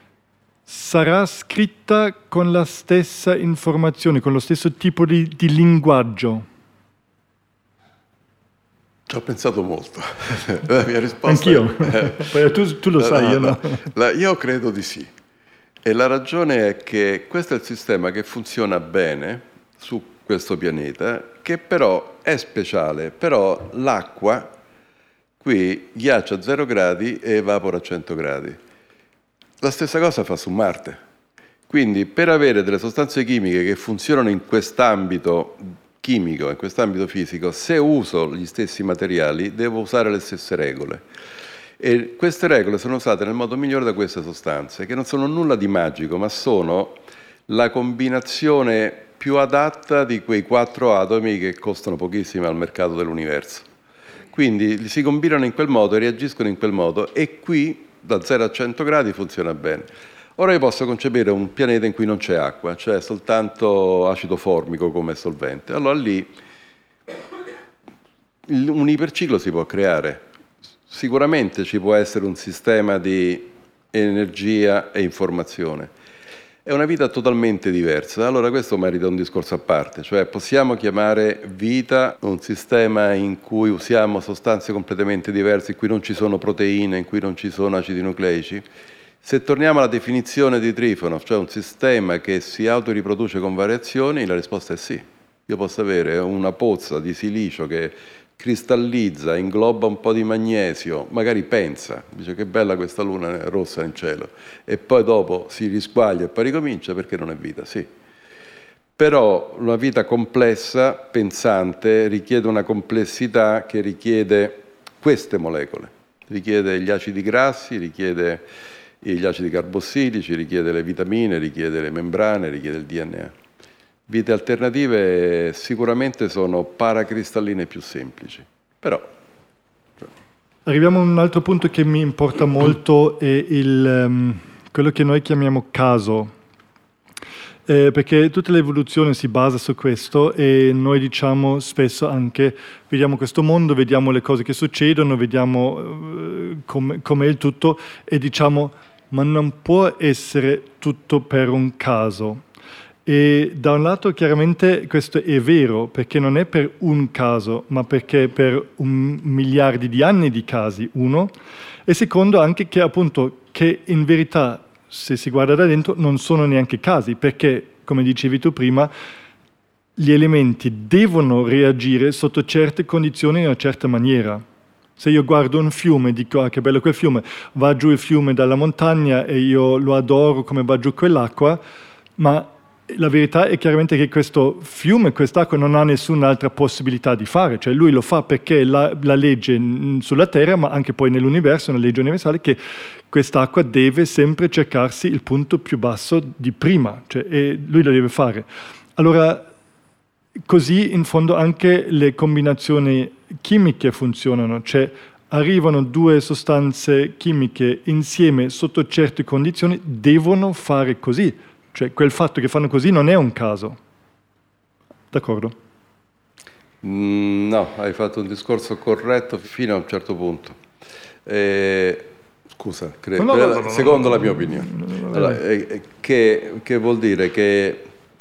sarà scritta con la stessa informazione, con lo stesso tipo di linguaggio? Ci ho pensato molto. La mia risposta Anch'io. Tu lo sai, io no. Io credo di sì. E la ragione è che questo è il sistema che funziona bene su questo pianeta, che però è speciale. Però l'acqua qui ghiaccia a 0 gradi e evapora a 100 gradi. La stessa cosa fa su Marte. Quindi per avere delle sostanze chimiche che funzionano in quest'ambito chimico, in quest'ambito fisico, se uso gli stessi materiali devo usare le stesse regole. E queste regole sono usate nel modo migliore da queste sostanze, che non sono nulla di magico, ma sono la combinazione più adatta di quei 4 atomi che costano pochissimo al mercato dell'universo. Quindi si combinano in quel modo, reagiscono in quel modo e qui da 0 a 100 gradi funziona bene. Ora io posso concepire un pianeta in cui non c'è acqua, cioè soltanto acido formico come solvente. Allora lì un iperciclo si può creare. Sicuramente ci può essere un sistema di energia e informazione. È una vita totalmente diversa. Allora questo merita un discorso a parte, cioè possiamo chiamare vita un sistema in cui usiamo sostanze completamente diverse, in cui non ci sono proteine, in cui non ci sono acidi nucleici? Se torniamo alla definizione di Trifonov, cioè un sistema che si autoriproduce con variazioni, la risposta è sì. Io posso avere una pozza di silicio che cristallizza, ingloba un po' di magnesio, magari pensa, dice che bella questa luna rossa in cielo, e poi dopo si risquaglia e poi ricomincia, perché non è vita, sì. Però una vita complessa, pensante, richiede una complessità che richiede queste molecole, richiede gli acidi grassi, richiede gli acidi carbossilici, richiede le vitamine, richiede le membrane, richiede il DNA. Vite alternative sicuramente sono paracristalline più semplici, però... Arriviamo a un altro punto che mi importa molto, è quello che noi chiamiamo caso, perché tutta l'evoluzione si basa su questo e noi diciamo spesso anche, vediamo questo mondo, vediamo le cose che succedono, vediamo com'è il tutto e diciamo, ma non può essere tutto per un caso. E da un lato chiaramente questo è vero, perché non è per un caso, ma perché per miliardi di anni di casi, uno, e secondo anche che appunto che in verità, se si guarda da dentro, non sono neanche casi, perché, come dicevi tu prima, gli elementi devono reagire sotto certe condizioni in una certa maniera. Se io guardo un fiume e dico che bello quel fiume, va giù il fiume dalla montagna e io lo adoro come va giù quell'acqua, ma la verità è chiaramente che questo fiume, quest'acqua non ha nessun'altra possibilità di fare, cioè lui lo fa perché la legge sulla Terra, ma anche poi nell'universo, una legge universale, che quest'acqua deve sempre cercarsi il punto più basso di prima, cioè, e lui lo deve fare. Allora, così in fondo anche le combinazioni chimiche funzionano, cioè arrivano due sostanze chimiche insieme sotto certe condizioni, devono fare così. Cioè quel fatto che fanno così non è un caso. D'accordo? No, hai fatto un discorso corretto fino a un certo punto. Scusa, secondo la mia opinione. Allora, che vuol dire che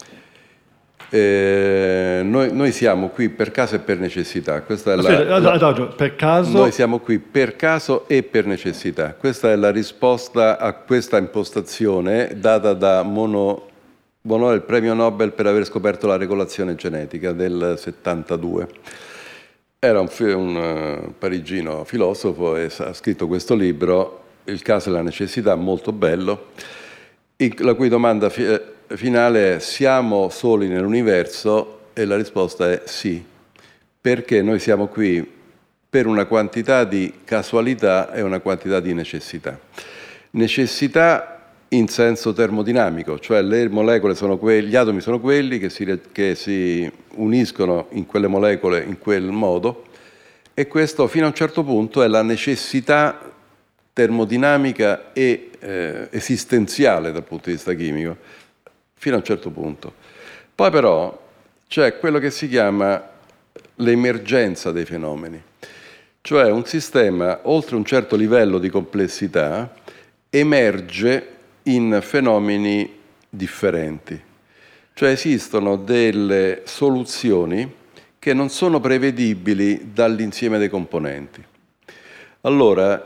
noi siamo qui per caso e per necessità. Questa è per caso. Noi siamo qui per caso e per necessità. Questa è la risposta a questa impostazione data da Monod, il premio Nobel per aver scoperto la regolazione genetica del 72. Era un parigino filosofo e ha scritto questo libro, Il caso e la necessità, molto bello, la cui domanda finale è: siamo soli nell'universo? E la risposta è sì, perché noi siamo qui per una quantità di casualità e una quantità di necessità. Necessità in senso termodinamico, cioè le molecole sono gli atomi sono quelli che si uniscono in quelle molecole in quel modo, e questo fino a un certo punto è la necessità termodinamica e esistenziale dal punto di vista chimico, fino a un certo punto. Poi però c'è quello che si chiama l'emergenza dei fenomeni, cioè un sistema oltre un certo livello di complessità emerge in fenomeni differenti, cioè esistono delle soluzioni che non sono prevedibili dall'insieme dei componenti. Allora,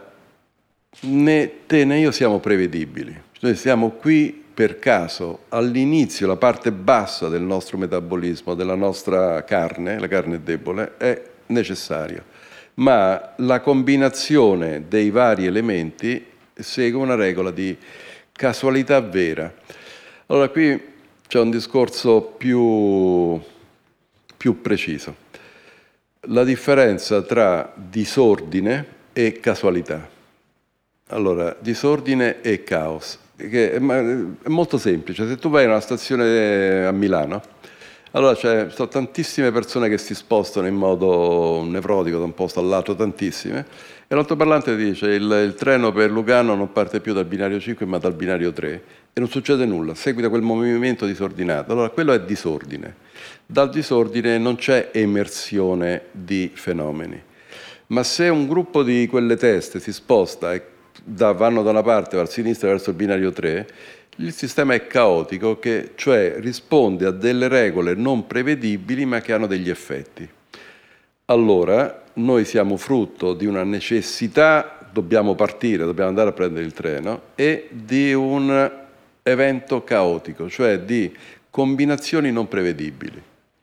né te né io siamo prevedibili, noi siamo qui per caso. All'inizio la parte bassa del nostro metabolismo, della nostra carne, la carne debole, è necessaria, ma la combinazione dei vari elementi segue una regola di casualità vera. Allora qui c'è un discorso più preciso. La differenza tra disordine e casualità. Allora, disordine e caos, che è molto semplice. Se tu vai in una stazione a Milano, allora sono tantissime persone che si spostano in modo nevrotico da un posto all'altro, tantissime, e l'altoparlante dice il treno per Lugano non parte più dal binario 5 ma dal binario 3, e non succede nulla, seguita quel movimento disordinato. Allora quello è disordine. Dal disordine non c'è emersione di fenomeni, ma se un gruppo di quelle teste si sposta e vanno da una parte, dalla sinistra verso il binario 3, il sistema è caotico, cioè risponde a delle regole non prevedibili ma che hanno degli effetti. Allora noi siamo frutto di una necessità, dobbiamo partire, dobbiamo andare a prendere il treno, e di un evento caotico, cioè di combinazioni non prevedibili.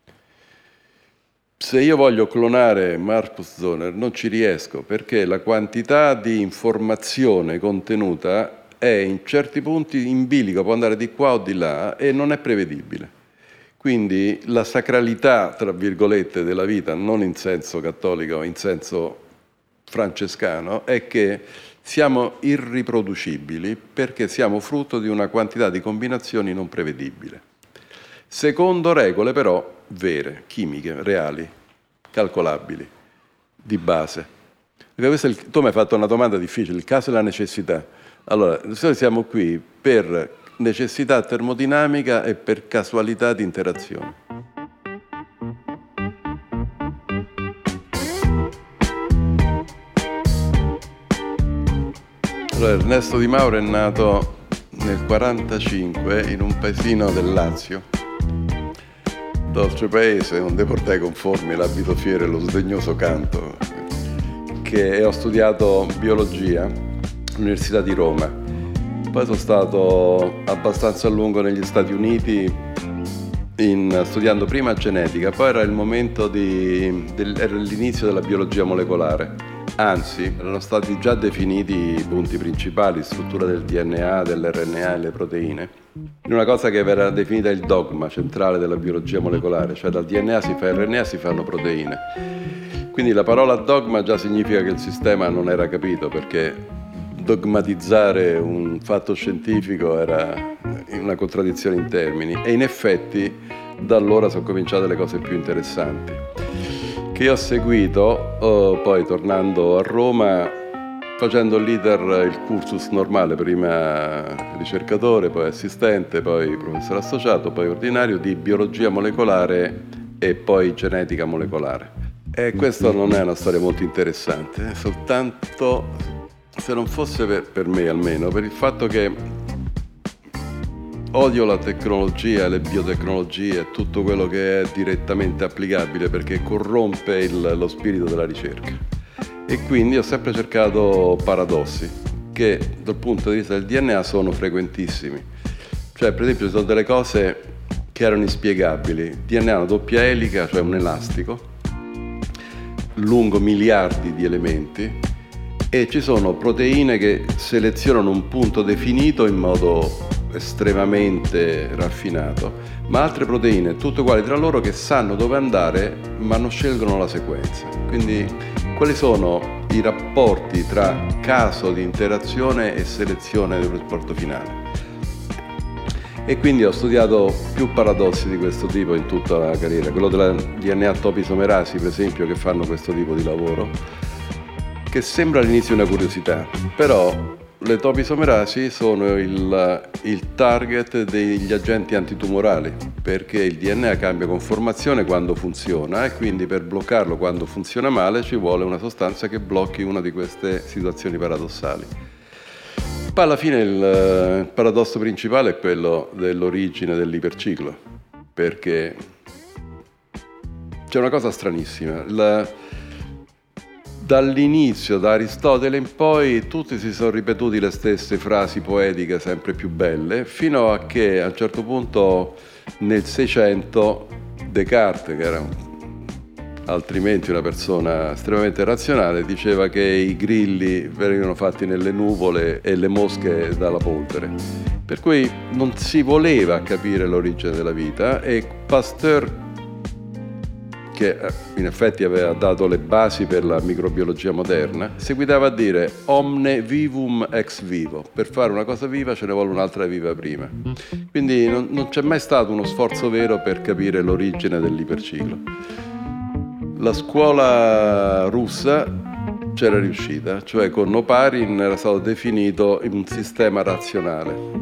Se io voglio clonare Marcus Zohner non ci riesco, perché la quantità di informazione contenuta è in certi punti in bilico, può andare di qua o di là e non è prevedibile. Quindi la sacralità, tra virgolette, della vita, non in senso cattolico, in senso francescano, è che siamo irriproducibili perché siamo frutto di una quantità di combinazioni non prevedibile. Secondo regole però vere, chimiche, reali, calcolabili, di base. Tu mi hai fatto una domanda difficile, il caso e la necessità. Allora, noi siamo qui per necessità termodinamica e per casualità di interazione. Allora, Ernesto Di Mauro è nato nel 1945 in un paesino del Lazio, Dolce paese, onde portai conformi l'abito fiero e lo sdegnoso canto, che ho studiato biologia all'Università di Roma. Poi sono stato abbastanza a lungo negli Stati Uniti studiando prima genetica, poi era il momento era l'inizio della biologia molecolare. Anzi, erano stati già definiti i punti principali, struttura del DNA, dell'RNA e le proteine, in una cosa che era definita il dogma centrale della biologia molecolare, cioè dal DNA si fa RNA, si fanno proteine. Quindi la parola dogma già significa che il sistema non era capito, perché dogmatizzare un fatto scientifico era una contraddizione in termini, e in effetti da allora sono cominciate le cose più interessanti, che io ho seguito poi tornando a Roma, facendo il cursus normale, prima ricercatore, poi assistente, poi professore associato, poi ordinario di biologia molecolare e poi genetica molecolare. E questa non è una storia molto interessante, soltanto, se non fosse per me almeno, per il fatto che odio la tecnologia, le biotecnologie e tutto quello che è direttamente applicabile, perché corrompe lo spirito della ricerca. E quindi ho sempre cercato paradossi che dal punto di vista del DNA sono frequentissimi. Cioè, per esempio, ci sono delle cose che erano inspiegabili. Il DNA è una doppia elica, cioè un elastico, lungo miliardi di elementi, e ci sono proteine che selezionano un punto definito in modo estremamente raffinato, ma altre proteine tutte uguali tra loro che sanno dove andare ma non scelgono la sequenza. Quindi quali sono i rapporti tra caso di interazione e selezione del risultato finale? E quindi ho studiato più paradossi di questo tipo in tutta la carriera, quello della DNA topisomerasi per esempio, che fanno questo tipo di lavoro, che sembra all'inizio una curiosità, però le topisomerasi sono il target degli agenti antitumorali, perché il DNA cambia conformazione quando funziona, e quindi per bloccarlo quando funziona male ci vuole una sostanza che blocchi una di queste situazioni paradossali. Poi alla fine il paradosso principale è quello dell'origine dell'iperciclo, perché c'è una cosa stranissima. Dall'inizio, da Aristotele in poi, tutti si sono ripetuti le stesse frasi poetiche sempre più belle, fino a che a un certo punto nel 600 Descartes, che era altrimenti una persona estremamente razionale, diceva che i grilli venivano fatti nelle nuvole e le mosche dalla polvere. Per cui non si voleva capire l'origine della vita, e Pasteur, che in effetti aveva dato le basi per la microbiologia moderna, seguitava a dire omne vivum ex vivo. Per fare una cosa viva ce ne vuole un'altra viva prima. Quindi non c'è mai stato uno sforzo vero per capire l'origine dell'iperciclo. La scuola russa c'era riuscita, cioè con Oparin era stato definito un sistema razionale.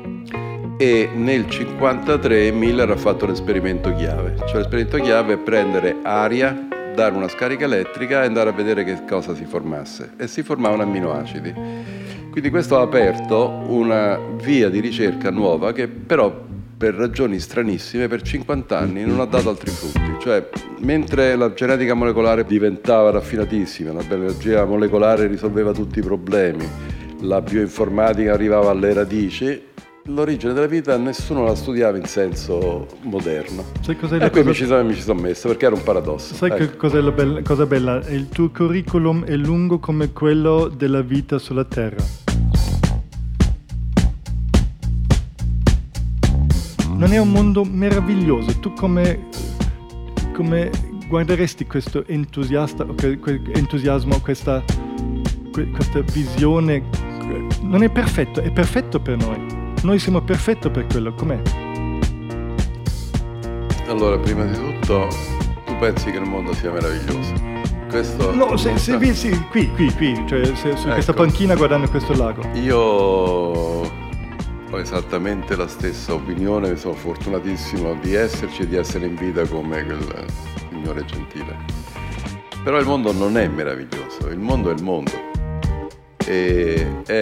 E nel 1953 Miller ha fatto l'esperimento chiave. Cioè l'esperimento chiave è prendere aria, dare una scarica elettrica e andare a vedere che cosa si formasse. E si formavano amminoacidi. Quindi questo ha aperto una via di ricerca nuova che però per ragioni stranissime per 50 anni non ha dato altri frutti. Cioè mentre la genetica molecolare diventava raffinatissima, la biologia molecolare risolveva tutti i problemi, la bioinformatica arrivava alle radici, l'origine della vita nessuno la studiava in senso moderno. Sai cos'è e poi mi ci sono messo, perché era un paradosso. Sai che cos'è la cosa bella? Il tuo curriculum è lungo come quello della vita sulla Terra. Non è un mondo meraviglioso? Tu come guarderesti questo entusiasmo, questa visione? Non è perfetto, è perfetto per noi. Noi siamo perfetti per quello, com'è? Allora, prima di tutto, tu pensi che il mondo sia meraviglioso? Questo no, se qui, cioè su questa panchina guardando questo lago. Io ho esattamente la stessa opinione, sono fortunatissimo di esserci e di essere in vita come quel signore gentile. Però il mondo non è meraviglioso, il mondo è il mondo. E è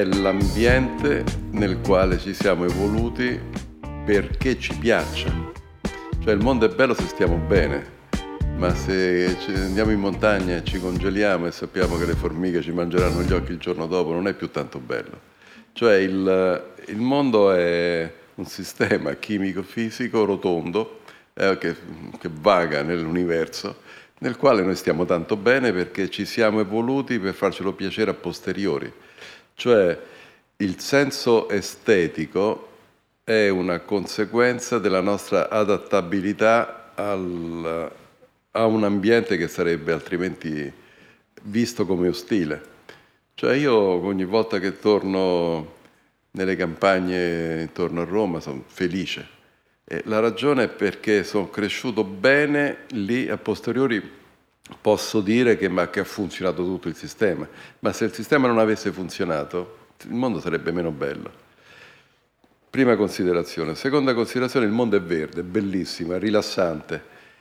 l'ambiente nel quale ci siamo evoluti perché ci piaccia. Cioè il mondo è bello se stiamo bene, ma se andiamo in montagna e ci congeliamo e sappiamo che le formiche ci mangeranno gli occhi il giorno dopo, non è più tanto bello. Cioè il mondo è un sistema chimico-fisico rotondo che vaga nell'universo, nel quale noi stiamo tanto bene perché ci siamo evoluti per farcelo piacere a posteriori. Cioè il senso estetico è una conseguenza della nostra adattabilità a un ambiente che sarebbe altrimenti visto come ostile. Cioè io ogni volta che torno nelle campagne intorno a Roma sono felice. E la ragione è perché sono cresciuto bene lì, a posteriori posso dire che ha funzionato tutto il sistema, ma se il sistema non avesse funzionato il mondo sarebbe meno bello. Prima considerazione. Seconda considerazione, il mondo è verde, è bellissimo, è rilassante,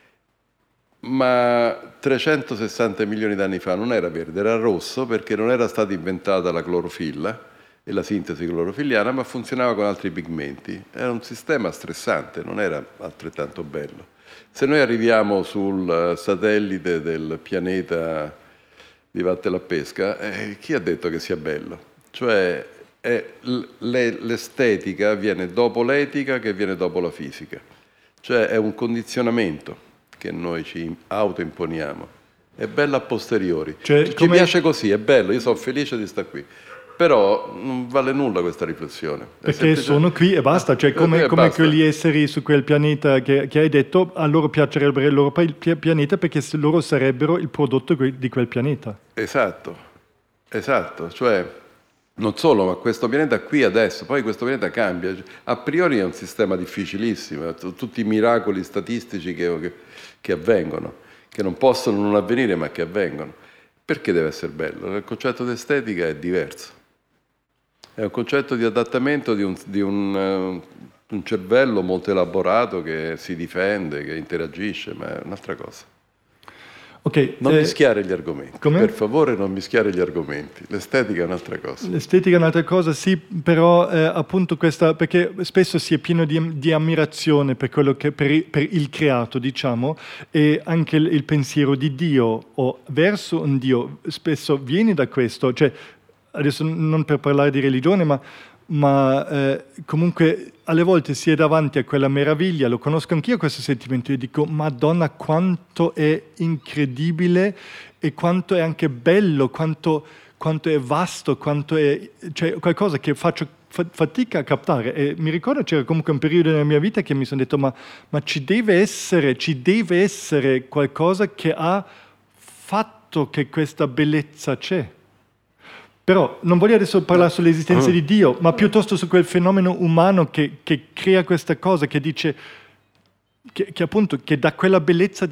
ma 360 milioni di anni fa non era verde, era rosso perché non era stata inventata la clorofilla e la sintesi clorofilliana, ma funzionava con altri pigmenti. Era un sistema stressante, non era altrettanto bello. Se noi arriviamo sul satellite del pianeta di Vatte la Pesca, chi ha detto che sia bello? Cioè l'estetica viene dopo l'etica che viene dopo la fisica. Cioè è un condizionamento che noi ci autoimponiamo. È bello a posteriori. Cioè, ci piace così, è bello, io sono felice di stare qui. Però non vale nulla questa riflessione. Perché sono qui e basta, cioè come quegli esseri su quel pianeta che hai detto, a loro piacerebbe il loro pianeta perché loro sarebbero il prodotto di quel pianeta. Esatto, cioè non solo, ma questo pianeta qui adesso, poi questo pianeta cambia. A priori è un sistema difficilissimo, tutti i miracoli statistici che avvengono, che non possono non avvenire ma che avvengono. Perché deve essere bello? Il concetto di estetica è diverso. È un concetto di adattamento di un cervello molto elaborato che si difende, che interagisce, ma è un'altra cosa. Okay, non mischiare gli argomenti. Come? Per favore non mischiare gli argomenti. L'estetica è un'altra cosa. L'estetica è un'altra cosa, sì, però appunto questa, perché spesso si è pieno di ammirazione per quello che per il creato, diciamo, e anche il pensiero di Dio o verso un Dio spesso viene da questo, cioè adesso non per parlare di religione, ma comunque alle volte si è davanti a quella meraviglia, lo conosco anch'io questo sentimento, io dico Madonna quanto è incredibile e quanto è anche bello, quanto è vasto, quanto è, cioè qualcosa che faccio fatica a captare. E mi ricordo c'era comunque un periodo nella mia vita che mi sono detto ma ci deve essere qualcosa che ha fatto che questa bellezza c'è. Però non voglio adesso parlare sull'esistenza di Dio, ma piuttosto su quel fenomeno umano che crea questa cosa, che dice, che appunto, che da quella bellezza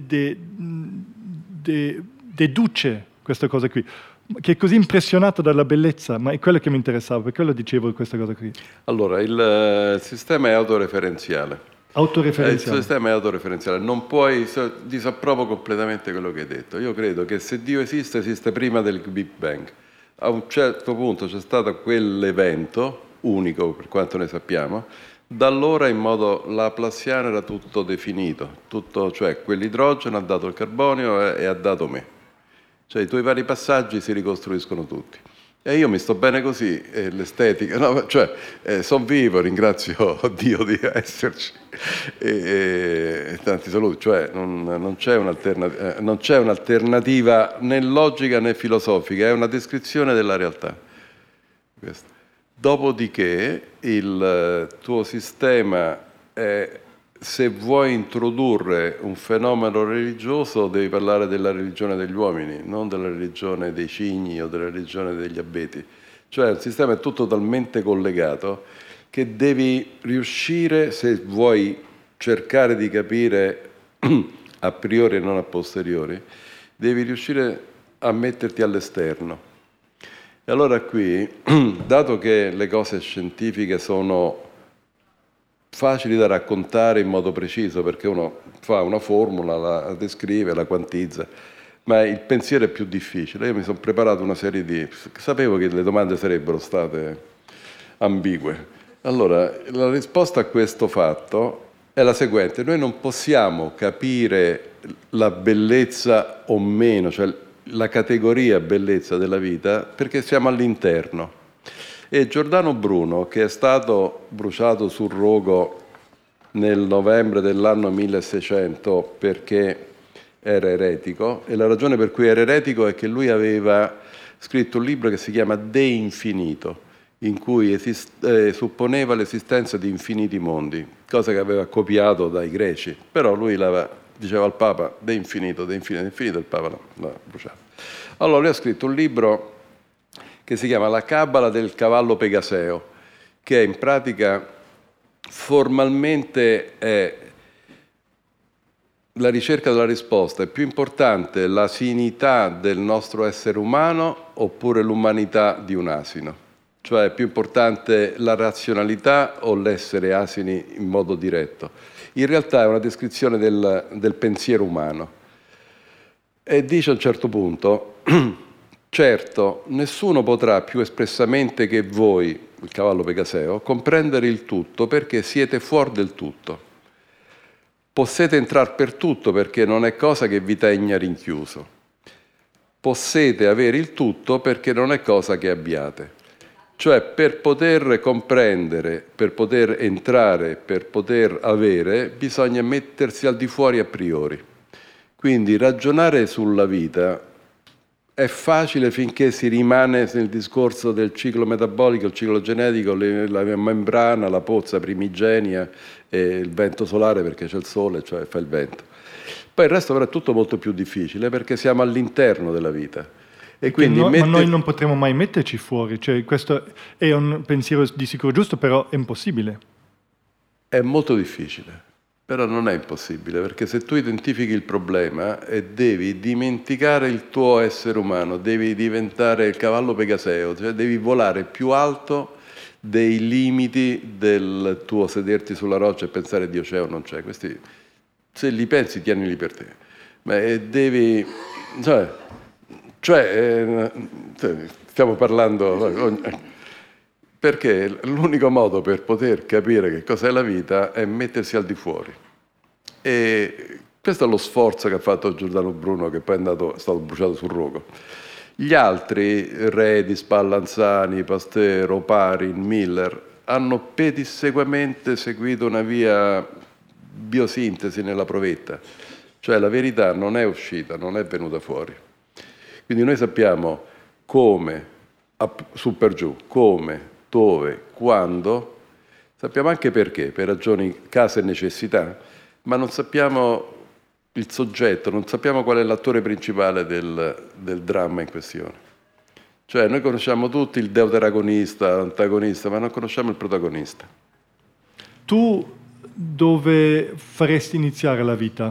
deduce questa cosa qui, che è così impressionato dalla bellezza, ma è quello che mi interessava, per quello dicevo questa cosa qui. Allora, il sistema è autoreferenziale. Il sistema è autoreferenziale, non puoi, disapprovo completamente quello che hai detto. Io credo che se Dio esiste prima del Big Bang. A un certo punto c'è stato quell'evento, unico per quanto ne sappiamo, da allora in modo laplaziano era tutto definito, cioè quell'idrogeno ha dato il carbonio e ha dato me. Cioè i tuoi vari passaggi si ricostruiscono tutti. E io mi sto bene così, l'estetica, no, cioè sono vivo, ringrazio Dio di esserci, e tanti saluti, cioè non c'è un'alternativa né logica né filosofica, è una descrizione della realtà. Questo. Dopodiché il tuo sistema è, se vuoi introdurre un fenomeno religioso devi parlare della religione degli uomini, non della religione dei cigni o della religione degli abeti. Cioè il sistema è tutto talmente collegato che devi riuscire, se vuoi cercare di capire a priori e non a posteriori, devi riuscire a metterti all'esterno. E allora qui, dato che le cose scientifiche sono facili da raccontare in modo preciso, perché uno fa una formula, la descrive, la quantizza, ma il pensiero è più difficile. Io mi sono preparato una serie di... Sapevo che le domande sarebbero state ambigue. Allora, la risposta a questo fatto è la seguente: noi non possiamo capire la bellezza o meno, cioè la categoria bellezza della vita, perché siamo all'interno. E Giordano Bruno, che è stato bruciato sul rogo nel novembre dell'anno 1600 perché era eretico, e la ragione per cui era eretico è che lui aveva scritto un libro che si chiama De Infinito, in cui supponeva l'esistenza di infiniti mondi, cosa che aveva copiato dai greci, però lui diceva al Papa De Infinito, De Infinito, De Infinito, il Papa l'ha bruciato. Allora lui ha scritto un libro che si chiama La Cabala del cavallo Pegaseo, che in pratica formalmente è la ricerca della risposta: è più importante l'asinità del nostro essere umano oppure l'umanità di un asino? Cioè è più importante la razionalità o l'essere asini in modo diretto? In realtà è una descrizione del pensiero umano. E dice a un certo punto: certo, nessuno potrà più espressamente che voi, il cavallo Pegaseo, comprendere il tutto perché siete fuori del tutto. Possete entrar per tutto perché non è cosa che vi tegna rinchiuso. Possete avere il tutto perché non è cosa che abbiate. Cioè, per poter comprendere, per poter entrare, per poter avere, bisogna mettersi al di fuori a priori. Quindi ragionare sulla vita è facile finché si rimane nel discorso del ciclo metabolico, il ciclo genetico, la membrana, la pozza primigenia e il vento solare perché c'è il sole, cioè fa il vento. Poi il resto però è tutto molto più difficile perché siamo all'interno della vita. E quindi ma noi non potremo mai metterci fuori, cioè questo è un pensiero di sicuro giusto, però è impossibile. È molto difficile. Però non è impossibile, perché se tu identifichi il problema e devi dimenticare il tuo essere umano, devi diventare il cavallo Pegaseo, cioè devi volare più alto dei limiti del tuo sederti sulla roccia e pensare Dio c'è o non c'è. Questi, se li pensi, tienili per te. Ma devi... stiamo parlando... Perché l'unico modo per poter capire che cos'è la vita è mettersi al di fuori. E questo è lo sforzo che ha fatto Giordano Bruno, che poi è stato bruciato sul rogo. Gli altri, Redi, Spallanzani, Pasteur, Oparin, Miller, hanno pedissequamente seguito una via biosintesi nella provetta. Cioè la verità non è uscita, non è venuta fuori. Quindi noi sappiamo come, su per giù, come, dove, quando, sappiamo anche perché, per ragioni causa e necessità, ma non sappiamo il soggetto, non sappiamo qual è l'attore principale del dramma in questione. Cioè noi conosciamo tutti il deuteragonista, l'antagonista, ma non conosciamo il protagonista. Tu dove faresti iniziare la vita?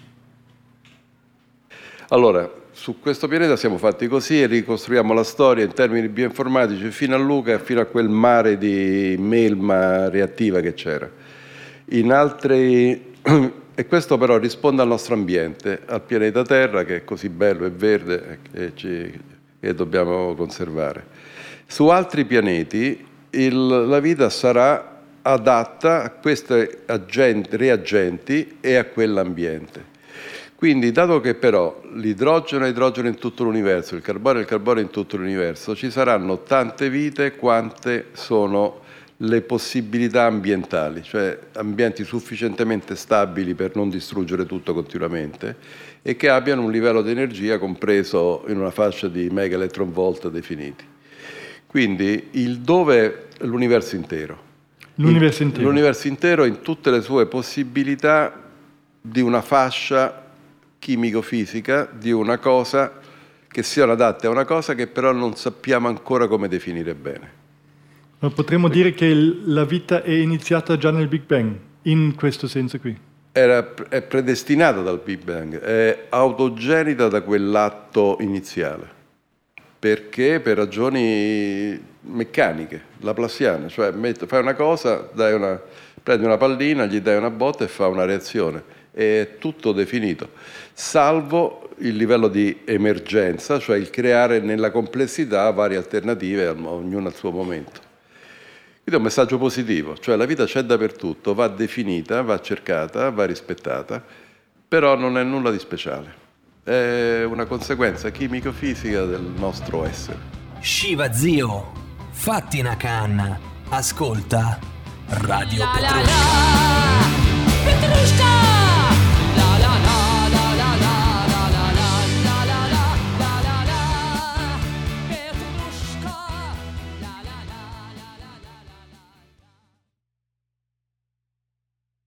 Allora, su questo pianeta siamo fatti così e ricostruiamo la storia in termini bioinformatici fino a Luca e fino a quel mare di melma reattiva che c'era. In altri... E questo però risponde al nostro ambiente, al pianeta Terra che è così bello e verde che dobbiamo conservare. Su altri pianeti la vita sarà adatta a questi reagenti e a quell'ambiente. Quindi, dato che però l'idrogeno è idrogeno in tutto l'universo, il carbonio è il carbonio in tutto l'universo, ci saranno tante vite quante sono le possibilità ambientali, cioè ambienti sufficientemente stabili per non distruggere tutto continuamente e che abbiano un livello di energia compreso in una fascia di mega electronvolt definiti. Quindi il dove è l'universo intero. L'universo intero in tutte le sue possibilità di una fascia chimico-fisica di una cosa che siano adatte a una cosa che però non sappiamo ancora come definire bene. Potremmo dire che la vita è iniziata già nel Big Bang, in questo senso qui. È predestinata dal Big Bang, è autogenita da quell'atto iniziale. Perché? Per ragioni meccaniche, laplassiane, cioè fai una cosa, prendi una pallina, gli dai una botta e fa una reazione. È tutto definito, salvo il livello di emergenza, cioè il creare nella complessità varie alternative, ognuno al suo momento. Quindi è un messaggio positivo, cioè la vita c'è dappertutto, va definita, va cercata, va rispettata, però non è nulla di speciale. È una conseguenza chimico-fisica del nostro essere. Shiva zio, fatti una canna, ascolta Radio Petrushka.